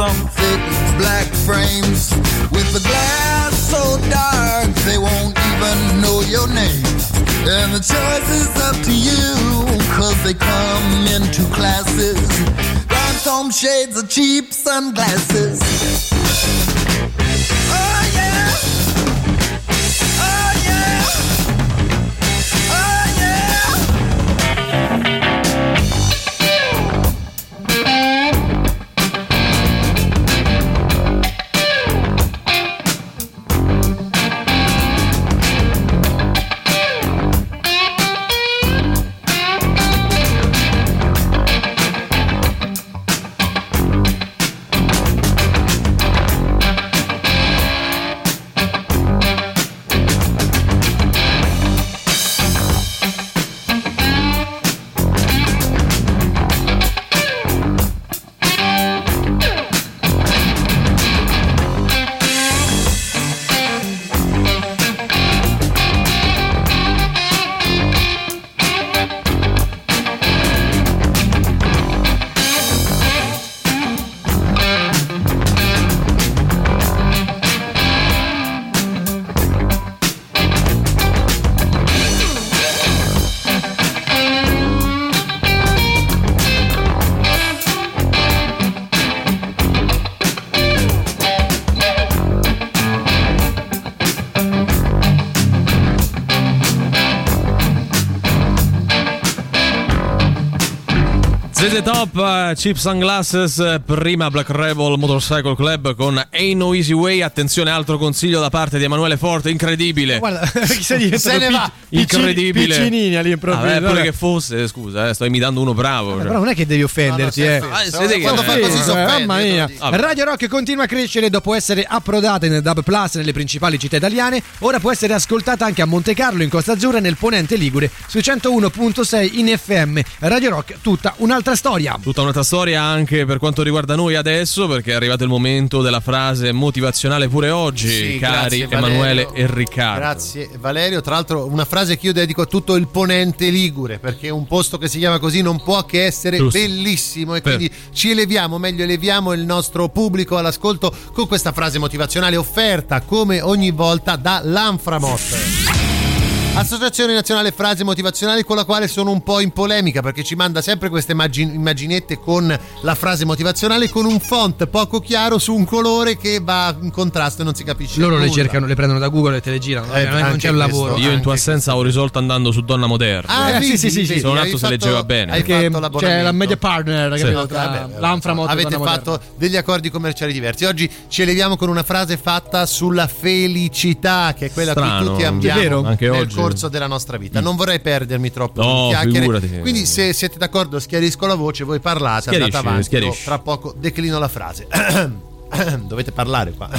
some thick black frames with the glass so dark they won't even know your name. And the choice is up to you, 'cause they come in two classes, rhinestone shades of cheap sunglasses. Oh yeah, oh yeah, oh yeah. ZZ Top, Cheap Sunglasses, prima Black Rebel Motorcycle Club con Ain't No Easy Way. Attenzione, altro consiglio da parte di Emanuele Forte, incredibile. Guarda, chi se ne va? Incredibile. Piccinini all'improvviso. Pure che fosse, scusa, sto imitando uno bravo. Però non è che devi offenderti, Quando fa così si offende, mamma mia. Radio Rock continua a crescere dopo essere approdata nel DAB Plus nelle principali città italiane. Ora può essere ascoltata anche a Monte Carlo, in Costa Azzurra e nel Ponente Ligure sui 101.6 in FM. Radio Rock, tutta un'altra storia. Tutta un'altra storia anche per quanto riguarda noi adesso, perché è arrivato il momento della frase motivazionale pure oggi, sì, cari grazie, Emanuele e Riccardo. Grazie Valerio, tra l'altro una frase che io dedico a tutto il Ponente Ligure, perché un posto che si chiama così non può che essere bellissimo e quindi ci eleviamo il nostro pubblico all'ascolto con questa frase motivazionale offerta come ogni volta da Lanframot, Associazione Nazionale Frasi Motivazionali, con la quale sono un po' in polemica perché ci manda sempre queste immaginette con la frase motivazionale con un font poco chiaro su un colore che va in contrasto e non si capisce loro nulla. Le cercano, le prendono da Google e te le girano, non c'è un lavoro. Io in tua assenza ho risolto andando su Donna Moderna. Sì. Sono un attimo se leggeva bene perché c'è la media partner, capito? Tra Lanframot e avete fatto degli accordi commerciali diversi. Oggi ci eleviamo con una frase fatta sulla felicità, che è quella che tutti abbiamo anche nel oggi. corso della nostra vita. Non vorrei perdermi troppo in chiacchiere, figurati. quindi se siete d'accordo schiarisco la voce, voi parlate, andate avanti, io tra poco declino la frase. Dovete parlare qua.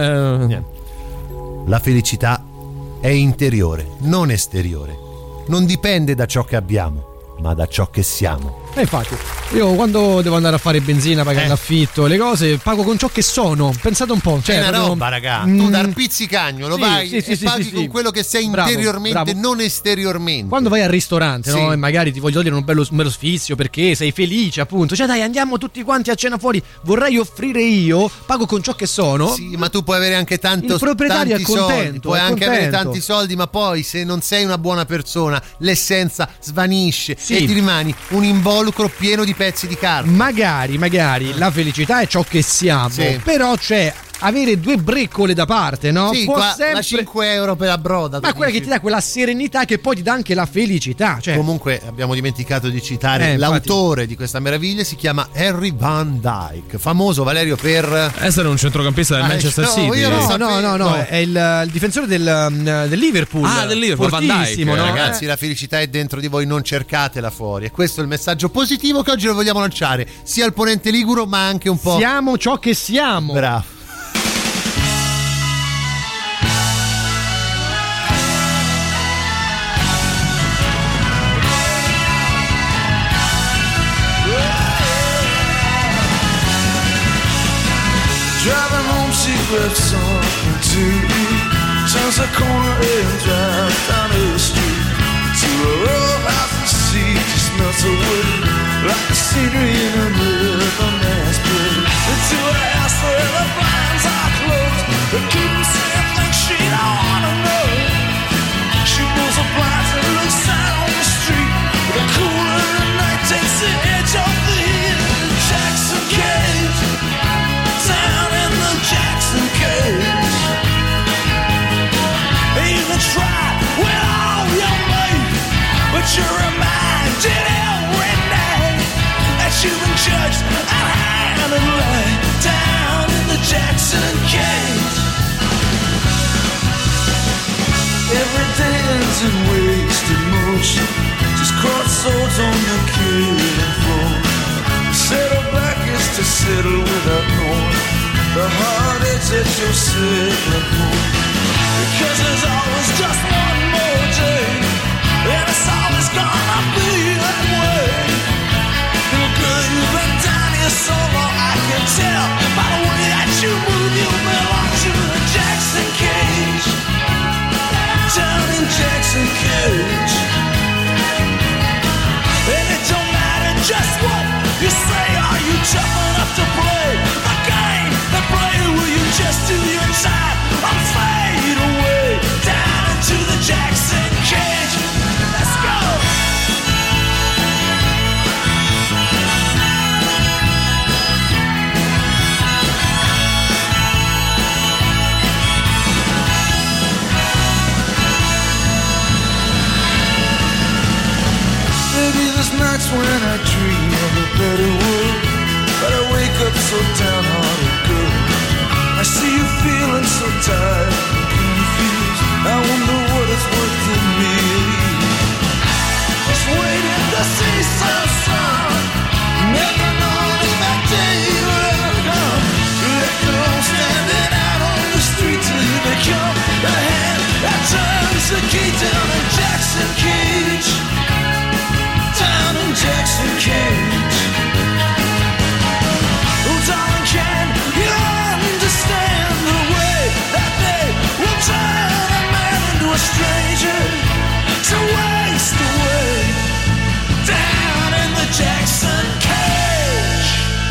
La felicità è interiore, non esteriore. Non dipende da ciò che abbiamo, ma da ciò che siamo. Infatti, io quando devo andare a fare benzina, pagare l'affitto, le cose, pago con ciò che sono. Pensate un po'. Cioè, è una roba, raga. Tu dal pizzicagnolo vai e paghi con quello che sei interiormente, non esteriormente. Quando vai al ristorante, no? E magari ti voglio dire un bello sfizio perché sei felice, appunto. Cioè, dai, andiamo tutti quanti a cena fuori. Vorrei offrire io, pago con ciò che sono. Sì, ma tu puoi avere anche il proprietario tanti è contento, soldi. Puoi anche avere tanti soldi, ma poi se non sei una buona persona, l'essenza svanisce e ti rimani un involucro pieno di pezzi di carta. Magari la felicità è ciò che siamo, però c'è avere due breccole da parte, no? Sì, qua sempre... la 5 euro per la broda. Ma quella che ti dà quella serenità che poi ti dà anche la felicità. Cioè... Comunque abbiamo dimenticato di citare l'autore di questa meraviglia, si chiama Harry Van Dyke, famoso, Valerio, per essere un centrocampista del Manchester City. No, è il difensore del Liverpool. Del Liverpool, Van Dyke. No? Ragazzi, la felicità è dentro di voi, non cercatela fuori. E questo è il messaggio positivo che oggi lo vogliamo lanciare sia al Ponente Ligure, ma anche un po'. Siamo ciò che siamo. Bravo. Driving home, she left something to eat. Turns the corner and drives down the street to a row house and sea just melts away like the scenery in a rhythm that's played into a and hand and lay down in the Jackson cage. Every day ends in wasted motion, just crossroads on the killing floor. Settle back is to settle without knowing the heartaches that you'll settle home. Because there's always just one more day, and it's always gonna be that way. Little girl, you've been down here so long, I can tell by the way that you move, you belong to the Jackson cage. Down in Jackson cage. And it don't matter just what you say, are you tough enough to play the game they play? Will you just do your time or fade away down into the Jackson cage? Let's go! Maybe there's nights when I dream of a better world, but I wake up so downhearted, girl. I see you feeling so tired and confused. I wonder what it's worth to me. Just waiting to see some sun, never knowing if that day will ever come. Left alone standing out on the street till you become the hand that turns the key down in Jackson cage. Down in Jackson cage. Oh, darling, can you understand the way that they will turn a man into a stranger to waste away down in the Jackson cage?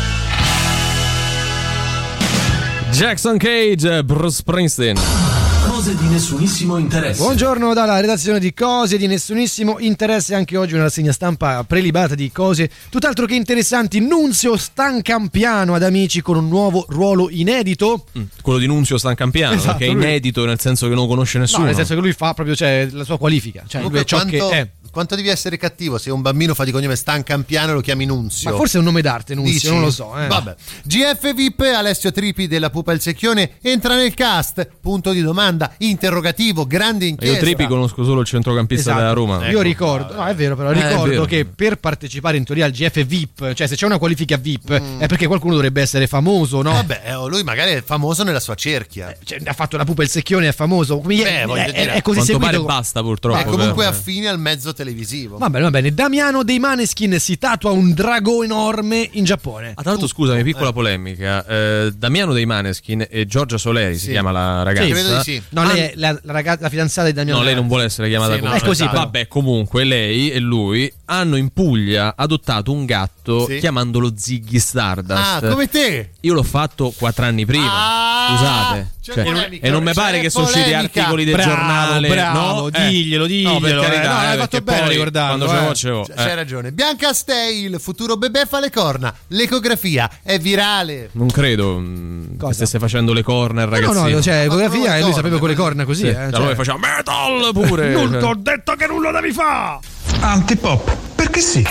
Jackson Cage, Bruce Springsteen. Cose di nessunissimo interesse. Buongiorno dalla redazione di Cose di nessunissimo interesse. Anche oggi una rassegna stampa prelibata di cose tutt'altro che interessanti. Nunzio Stancampiano ad Amici con un nuovo ruolo inedito. Quello di Nunzio Stancampiano, esatto, che è inedito nel senso che non conosce nessuno. No, nel senso che lui fa proprio, cioè, la sua qualifica, cioè Comunque, ciò che è. Quanto devi essere cattivo se un bambino fa di cognome Stancampiano e lo chiami Nunzio? Ma forse è un nome d'arte, Nunzio. Dici? Non lo so. Vabbè. GF VIP, Alessio Tripi della Pupa il Secchione entra nel cast. Punto di domanda, interrogativo, grande inchiesta. Io Tripi conosco solo il centrocampista, esatto, della Roma. Io ricordo, no, è vero, però ricordo che per partecipare in teoria al GF VIP, cioè se c'è una qualifica VIP, è perché qualcuno dovrebbe essere famoso, no? Vabbè, lui magari è famoso nella sua cerchia. Cioè, ha fatto la Pupa il Secchione, è famoso. È così quanto seguito. Pare basta, purtroppo. È comunque affine al mezzo televisivo. Va bene. Damiano dei Maneskin si tatua un drago enorme in Giappone. Tra l'altro, scusami, piccola polemica. Damiano dei Maneskin e Giorgia Soleri si chiama la ragazza. Sì, credo di sì. No, lei è la fidanzata di Damiano. No, lei non vuole essere chiamata così. È così. Vabbè, comunque lei e lui hanno in Puglia adottato un gatto chiamandolo Ziggy Stardust. Ah, come te? Io l'ho fatto 4 anni prima. Scusate. E non mi pare che sono usciti articoli del giornale. Bravo, diglielo. No, per carità, hai fatto bene a ricordarlo. C'hai ragione. Bianca Stei, il futuro bebè fa le corna. L'ecografia è virale. Non credo che stesse facendo le corna il ragazzino. No, cioè ecografia e lui sapeva con le corna così. Allora faceva metal pure. Non ti ho detto che non lo devi fare. Antipop, perché sì.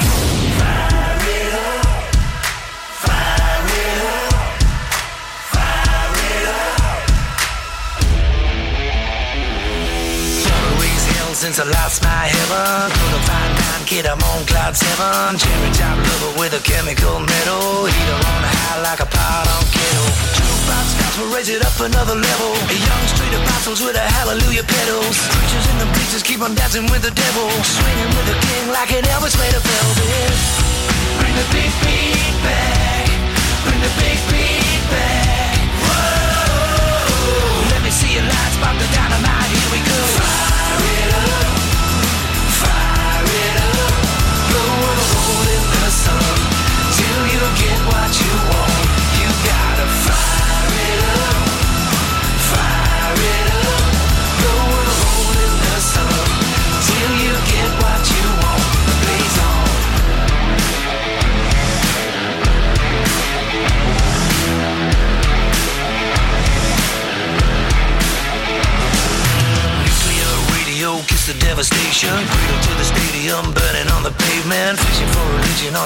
Since I lost my heaven, couldn't find nine kid, I'm on cloud 7. Cherry top lover with a chemical metal, heater on high like a pot on kettle. Jukebox gospel, raise it up another level. A young street apostles with a hallelujah pedals. Preachers in the bleachers keep on dancing with the devil, swinging with the king like an Elvis made of velvet. Bring the big beat back, bring the big beat back. Whoa, let me see your lights, pop the dynamite, here we go. Fire it up, fire it up. Blow a hole in the sun till you get what you want. You gotta fire it up, fire it up. Blow a hole in the sun till you get what you want. Blaze on.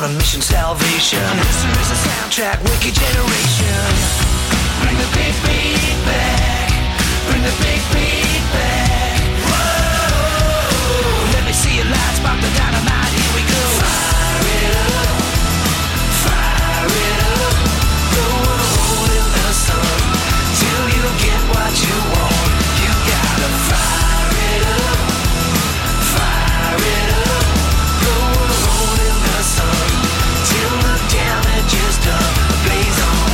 a mission salvation. History's a soundtrack, wicked generation. Bring the big beat back. Bring the big beat back. Whoa. Let me see your lights, pop the dynamite. Here we go. Fire it up. Fire it up. Go a hole in the sun till you get what you want. You gotta fire it up. Fire it up. Go a hole in the sun till the damage is done. Blaze on.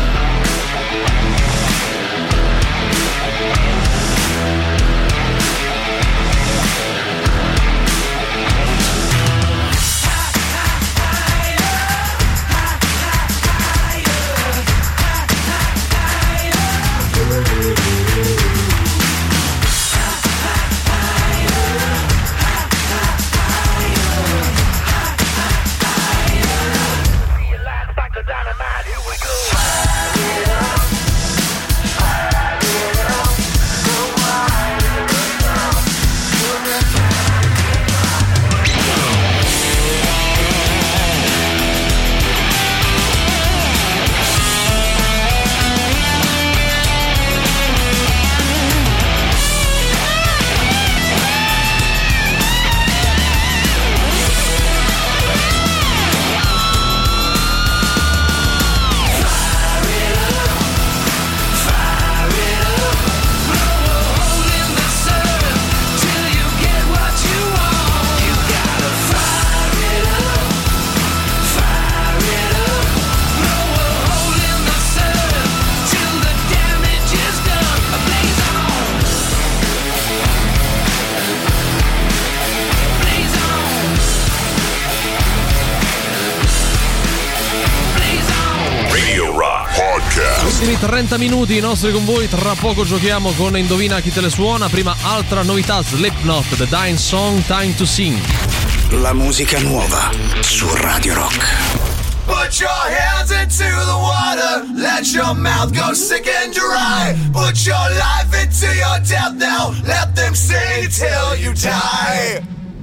Ultimi 30 minuti i nostri con voi, tra poco giochiamo con Indovina chi te le suona. Prima altra novità, Slipknot, The Dying Song, Time to Sing. La musica nuova su Radio Rock. Put your hands into the water, let your mouth go sick and dry. Put your life into your death now, let them sing till you die.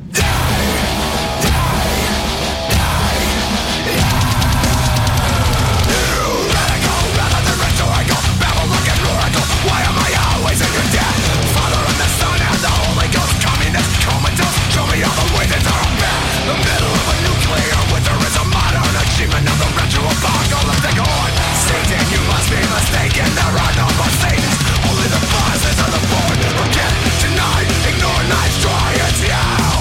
Why am I always in your debt? Father and the Son and the Holy Ghost, communist, comatose. Show me all the ways that are bad. The middle of a nuclear winter is a modern achievement of the retroapocalyptic horde. Satan, you must be mistaken. There are no more Satans, only the bosses of the born. Forget, deny, ignore, nice, try, it's you.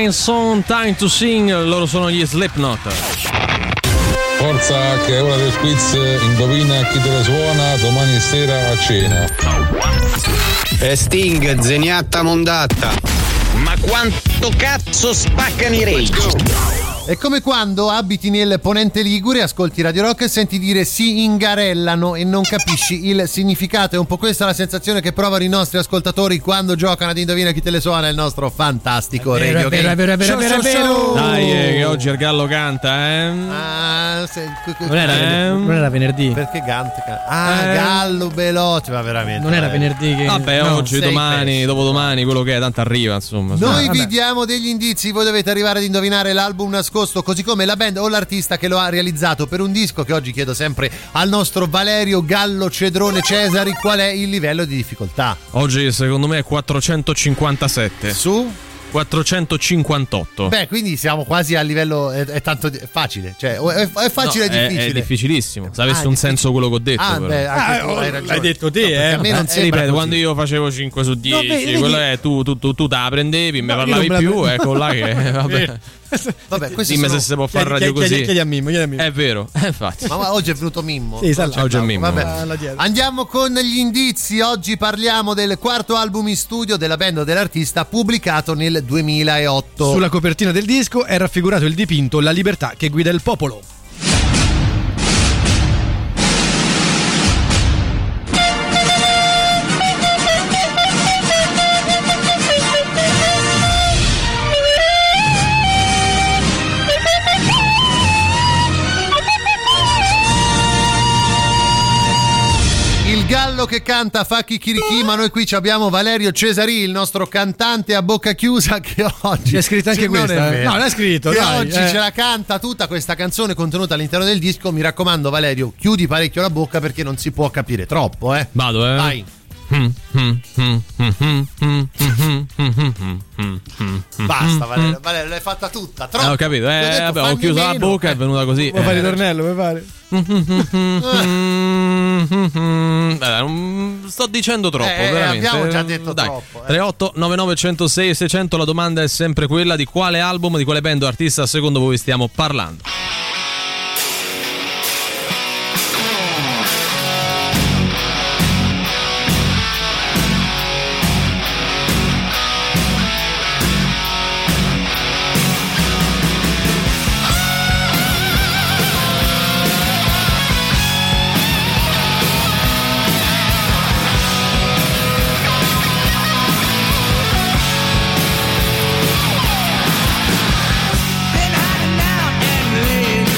Time Song, Time to Sing, loro sono gli Slipknot. Forza che è ora del quiz, indovina chi te la suona domani sera a cena. Sting, Zeniatta Mondatta. Ma quanto cazzo spaccano i Rage? È come quando abiti nel Ponente Ligure, ascolti Radio Rock e senti dire si ingarellano e non capisci il significato. È un po' questa la sensazione che provano i nostri ascoltatori quando giocano ad Indovina chi te le suona, il nostro fantastico Radio Game. È vero. Dai, che oggi il gallo canta, Non era venerdì. Perché canta? Gallo veloce, ma veramente. Non era venerdì che... Vabbè, oggi, domani, dopodomani, quello che è, tanto arriva, insomma. Noi vi diamo degli indizi, voi dovete arrivare ad indovinare l'album nascosto, così come la band o l'artista che lo ha realizzato per un disco, che oggi chiedo sempre al nostro Valerio Gallo Cedrone Cesari qual è il livello di difficoltà. Oggi secondo me è 457 su 458. Beh, quindi siamo quasi a livello. È tanto facile. Cioè, è facile o difficile? È difficilissimo. Se avesse un senso quello che ho detto. Anche tu hai ragione. L'hai detto te, A me non sembra. Ripeto, quando io facevo 5 su 10, quello è tu te la prendevi, me parlavi più, ecco là che. Vabbè, dimmi se si può fare radio così. Chiedi a Mimmo. È vero, infatti. Ma oggi è venuto Mimmo. Sì, oggi è Mimmo. Vabbè. Andiamo con gli indizi. Oggi parliamo del quarto album in studio della band o dell'artista pubblicato nel 2008. Sulla copertina del disco è raffigurato il dipinto La libertà che guida il popolo. Gallo che canta fa chicchirichì, ma noi qui abbiamo Valerio Cesari, il nostro cantante a bocca chiusa, che oggi c'è scritto anche questa. No, l'ha scritto. Che oggi ce la canta tutta questa canzone contenuta all'interno del disco. Mi raccomando, Valerio, chiudi parecchio la bocca perché non si può capire troppo, Vado, Vai. Basta, Valerio, l'hai fatta tutta. Troppo. Ho capito, ho chiuso la bocca, è venuta così. Vuoi fare il ritornello? Vuoi fare? Non sto dicendo troppo, veramente. Abbiamo già detto Dai. troppo. 38 99 106 600. La domanda è sempre quella: di quale album, di quale band o artista secondo voi stiamo parlando? Been hiding out and laying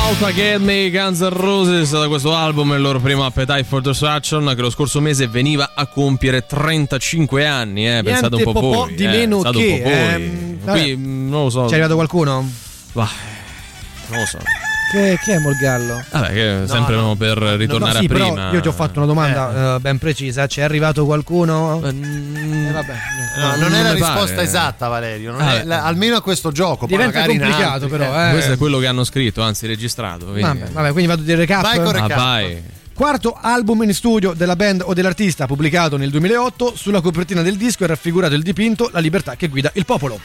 Out Again Me, Guns N' Roses, da questo album, il loro primo Appetite for Destruction, che lo scorso mese veniva a compiere 35 anni. Pensate un po' voi. Di meno che. Qui non lo so. C'è arrivato qualcuno? Non lo so. Che è Morgallo? Vabbè, che sempre per ritornare a prima. Però io ti ho fatto una domanda ben precisa. C'è arrivato qualcuno? Vabbè. Non è la risposta esatta, Valerio. Non è, almeno a questo gioco. Diventa complicato, però. Questo è quello che hanno scritto, anzi registrato. Vabbè, quindi vado a dire recap. Vai con recap. Vai. Quarto album in studio della band o dell'artista, pubblicato nel 2008. Sulla copertina del disco è raffigurato il dipinto La libertà che guida il popolo.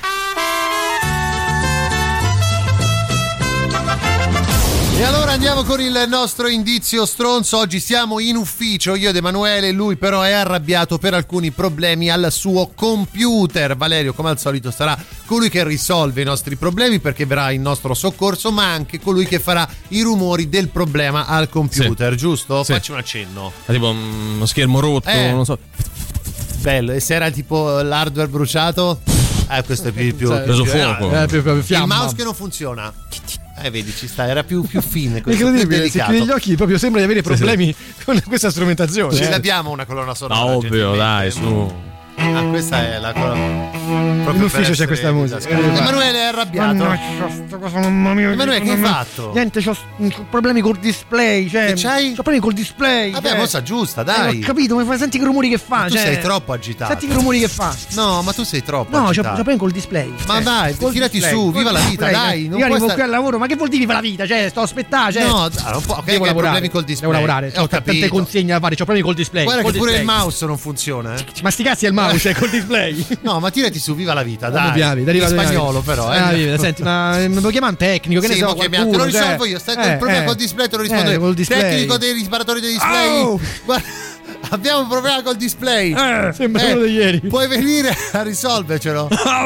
E allora andiamo con il nostro indizio stronzo. Oggi siamo in ufficio, io ed Emanuele, lui però è arrabbiato per alcuni problemi al suo computer. Valerio, come al solito, sarà colui che risolve i nostri problemi perché verrà in nostro soccorso, ma anche colui che farà i rumori del problema al computer, giusto? Sì. Facci un accenno. Tipo uno schermo rotto, non so. Bello, e se era tipo l'hardware bruciato? Questo è più preso fuoco. Il mouse che non funziona. Vedi, ci sta, era più fine. Incredibile, se chiudi gli occhi proprio sembra di avere problemi con questa strumentazione. Ce l'abbiamo una colonna sonora. Ma ovvio, dai, su. Questa è la colonna. In ufficio c'è questa musica. Emanuele è arrabbiato. Mamma mia. Emanuele, che hai fatto? Niente, c'ho problemi col display. Che c'hai? C'ho problemi col display. Vabbè, mossa giusta, dai. Ho capito, ma senti che rumori che fa. Tu sei troppo agitato. Senti che rumori che fa. No, ma tu sei troppo agitato. No, c'ho problemi col display. Ma dai, tirati su, viva la vita, dai. Io arrivo qui al lavoro, ma che vuol dire viva la vita? Sto aspettando. No, devo lavorare. Problemi col display. Devo lavorare. Ho tante consegne da fare, c'ho problemi col display. Guarda che pure il mouse non funziona. Ma sti cazzi è il mouse col display. No, ma tirati su, viva la vita, dai. In spagnolo però, Senti, ma lo chiamare un tecnico, che ne so, te lo risolvo io, stai il problema col display, te lo rispondo io. Tecnico dei riparatori dei display. Guarda, abbiamo un problema col display. Sembra quello di ieri. Puoi venire a risolvercelo.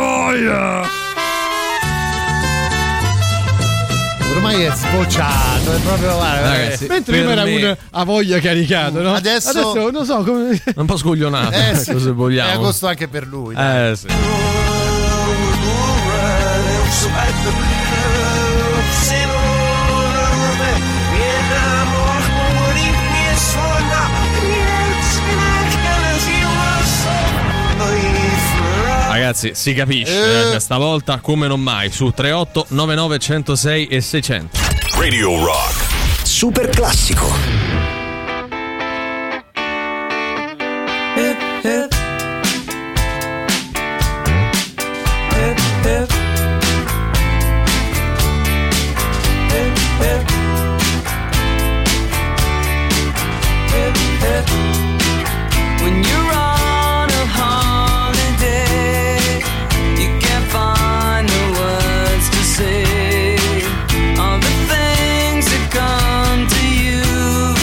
Ormai è sbocciato, è proprio ragazzi, mentre prima era un a voglia caricato, no? Adesso non so come. Un po' scoglionato, sì. se vogliamo. È agosto anche per lui. Sì. Ragazzi, si capisce, stavolta come non mai, su 38 99 106 e 600. Radio Rock Super classico. Hip, hip. Hip, hip. Hip, hip. Hip, hip. When you're on a holiday, you can't find the words to say all the things that come to you.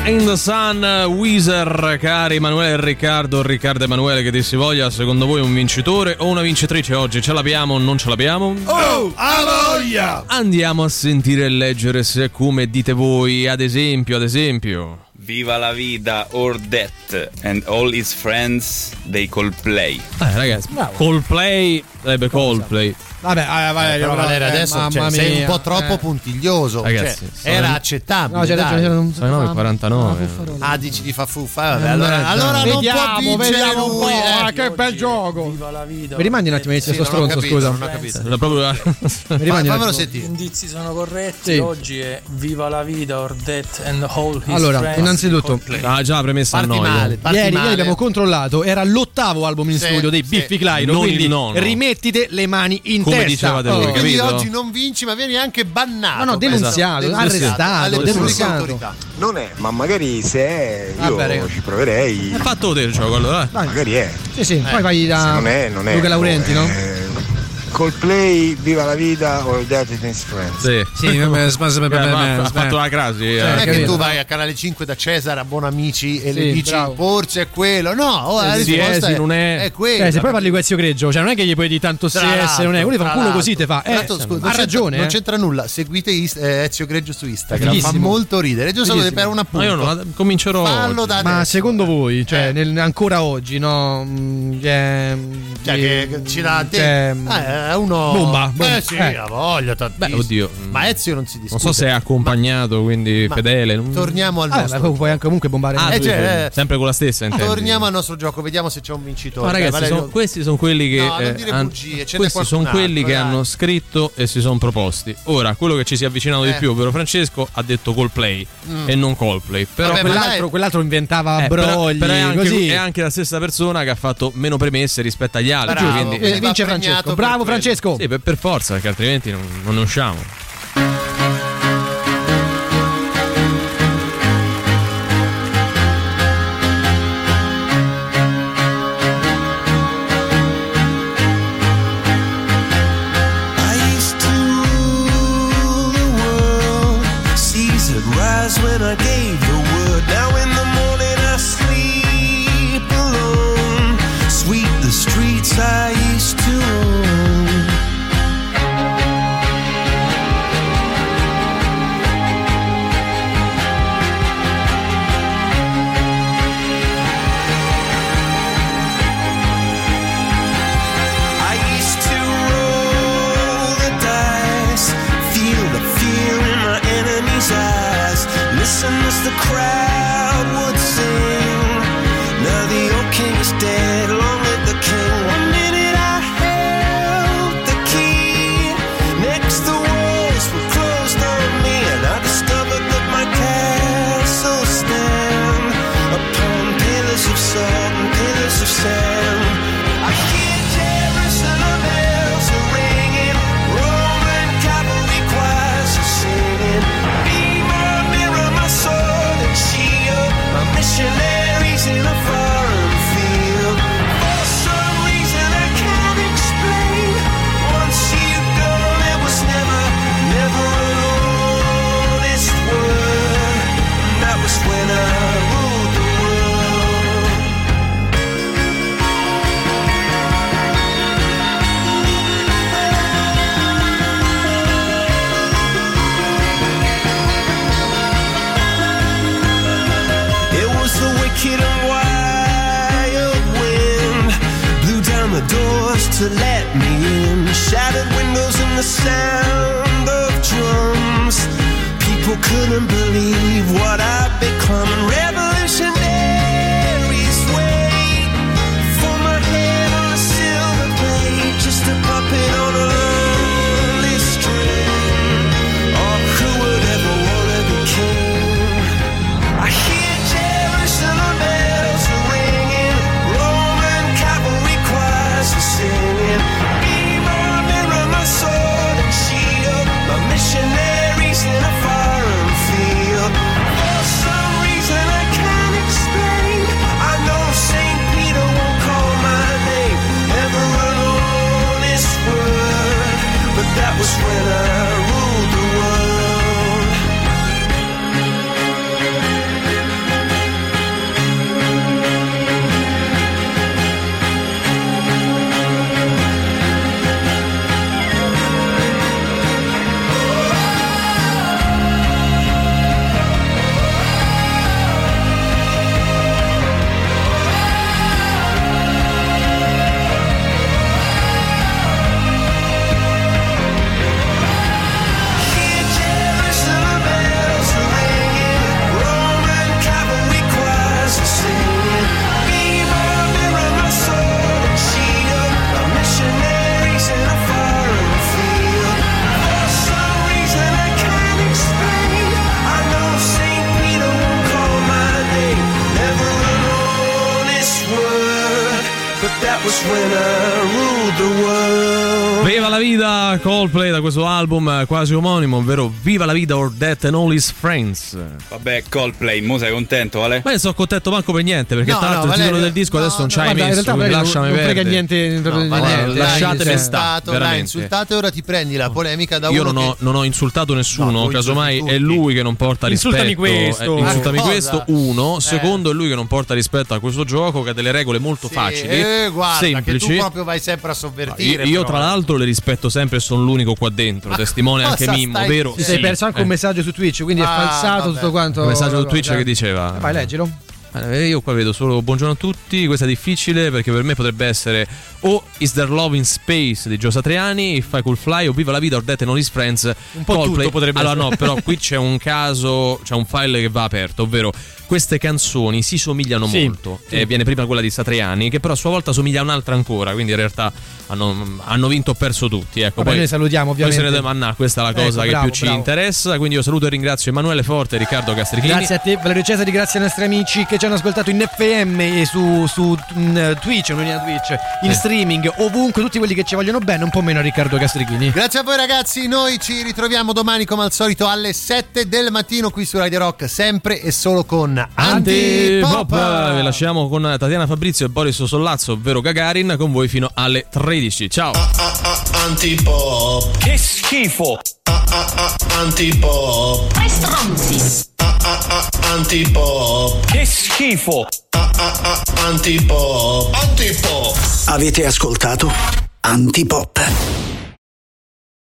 in the Sun, Weezer, cari Emanuele e Riccardo Emanuele, che dir si voglia, secondo voi un vincitore o una vincitrice oggi? Ce l'abbiamo o non ce l'abbiamo? Oh, a voglia! Andiamo a sentire e leggere se come dite voi, ad esempio. Viva la vida or death and all its friends, they Coldplay. Ragazzi, Coldplay sarebbe Coldplay. Vabbè, Valerio, però Valerio, adesso sei un po' troppo puntiglioso. Ragazzi, era accettabile. No, c'era 49. Dici di fa fuffa. Vabbè, allora non può vincere un po'. Che bel gioco. Viva la vita. Mi rimandi un attimo inizio sto stronzo, scusa. Non ho capito. Fammelo sentire. Gli indizi sono corretti. Oggi è viva la vita or death and all his allora, friends. innanzitutto, già la premessa a noi. Ieri abbiamo controllato, era l'8º album in studio dei Biffy Clyro, quindi rimettite le mani in come testa. dicevate voi, capito? Quindi oggi non vinci, ma vieni anche bannato. No, denunziato, arrestato, denunciato. Non è, ma magari se è, io ci proverei. Hai fatto te il gioco allora? Magari è. Sì, poi vai da non è, Luca Laurenti, no? Coldplay, Viva la Vita o Death and His Friends. Sì, ha fatto la crasi. Non è che tu vai a Canale 5 da Cesare a Buon Amici e le dici forse è quello. No, la risposta non è quello. Se poi parli con Ezio Greggio, cioè non è che gli puoi dire tanto se non è, quello fa un culo così te fa. Ha ragione. Non c'entra nulla. Seguite Ezio Greggio su Instagram, fa molto ridere. Io solo per un appunto. Io non comincerò. Ma secondo voi, cioè ancora oggi, no? Che ci dà uno bomba. Sì, ha voglia. Oddio. Ma Ezio non si discute. Non so se è accompagnato, quindi fedele. Torniamo al nostro. Puoi anche comunque bombare. Sempre con la stessa. Torniamo al nostro gioco, vediamo se c'è un vincitore. Ma ragazzi, questi sono quelli che. No, non dire bugie. Questi sono quelli che hanno scritto e si sono proposti. Ora, quello che ci si è avvicinato di più, ovvero Francesco, ha detto Coldplay e non Coldplay. Però quell'altro inventava brogli. È anche la stessa persona che ha fatto meno premesse rispetto agli altri. Quindi vince Francesco. Bravo Francesco. Sì, per forza, perché altrimenti non ne usciamo. When I gave the word, now in the morning I sleep alone. Sweep the streets I used to own. I used to roll the dice, feel the fear in my enemy's eyes. Listen as the crowd would sing. Now the old king is dead, long live the king. 1 minute I held the key. Next the walls were closed on me, and I discovered that my castle stand upon pillars of salt and pillars of sand. I hear Jerusalem bells are ringing, Roman cavalry choirs are singing. My missionaries in a foreign field. For some reason I can't explain. Once you go, there was never an honest word. And that was when I ruled the wicked and wild wind blew down the doors to let me in. Shattered windows and the sound of drums. People couldn't believe what I'd become. And revolutionaries wait for my head on a silver plate, just a puppet on a lonely string. Oh, who would ever want to be king? I hear Jerusalem bells are ringing, Roman cavalry choirs are singing. Be my mirror, my sword and shield, my missionaries in a foreign field. For some reason I can't explain, I know St. Peter won't call my name. Ever an honest word. first winner ruled the world. Viva la vita, Coldplay, da questo album quasi omonimo, ovvero Viva la vita or Death and All His Friends. Vabbè, Coldplay, mo sei contento, Vale? Ma io sono contento manco per niente, perché tanto il titolo del disco adesso non c'hai messo, lasciami non frega perdere. niente, lasciatemi stare. L'hai insultato e ora ti prendi la polemica da io uno non ho insultato nessuno, casomai è lui che non porta rispetto. Insultami questo, uno. Secondo, è lui che non porta rispetto a questo gioco, che ha delle regole molto facili, guarda, semplici. che tu proprio vai sempre a sovvertire. Io tra l'altro le rispetto sempre e sono l'unico qua dentro, testimone anche Mimmo, vero? Ti sei perso anche un messaggio su Twitch, quindi è falsato tutto quanto. Un messaggio su Twitch che diceva: vai, leggilo. Io qua vedo solo buongiorno a tutti, questa è difficile perché per me potrebbe essere o Is There Love in Space di Gio Satriani, If I Could Fly, o Viva la vita or Death and All His Friends. Un po' Coldplay. tutto potrebbe essere. No, però qui c'è un caso, c'è un file che va aperto, ovvero queste canzoni si somigliano molto. Viene prima quella di Satriani, che però a sua volta somiglia a un'altra ancora, quindi in realtà hanno vinto o perso tutti. Ecco, poi noi salutiamo ovviamente. Questa è la cosa che più ci interessa, quindi io saluto e ringrazio Emanuele Forte e Riccardo Castrichini. Grazie a te Valerio Cesari, grazie ai nostri amici che ci hanno ascoltato in FM e su Twitch, in streaming, ovunque, tutti quelli che ci vogliono bene, un po' meno a Riccardo Castrichini. Grazie a voi ragazzi, noi ci ritroviamo domani come al solito alle 7 del mattino qui su Radio Rock, sempre e solo con Antipop. Vi lasciamo con Tatiana Fabrizio e Boris Sollazzo, ovvero Gagarin, con voi fino alle 13. Ciao. Antipop. Che schifo. Antipop. Che stronzi. Antipop. Che schifo. Antipop. Avete ascoltato Antipop.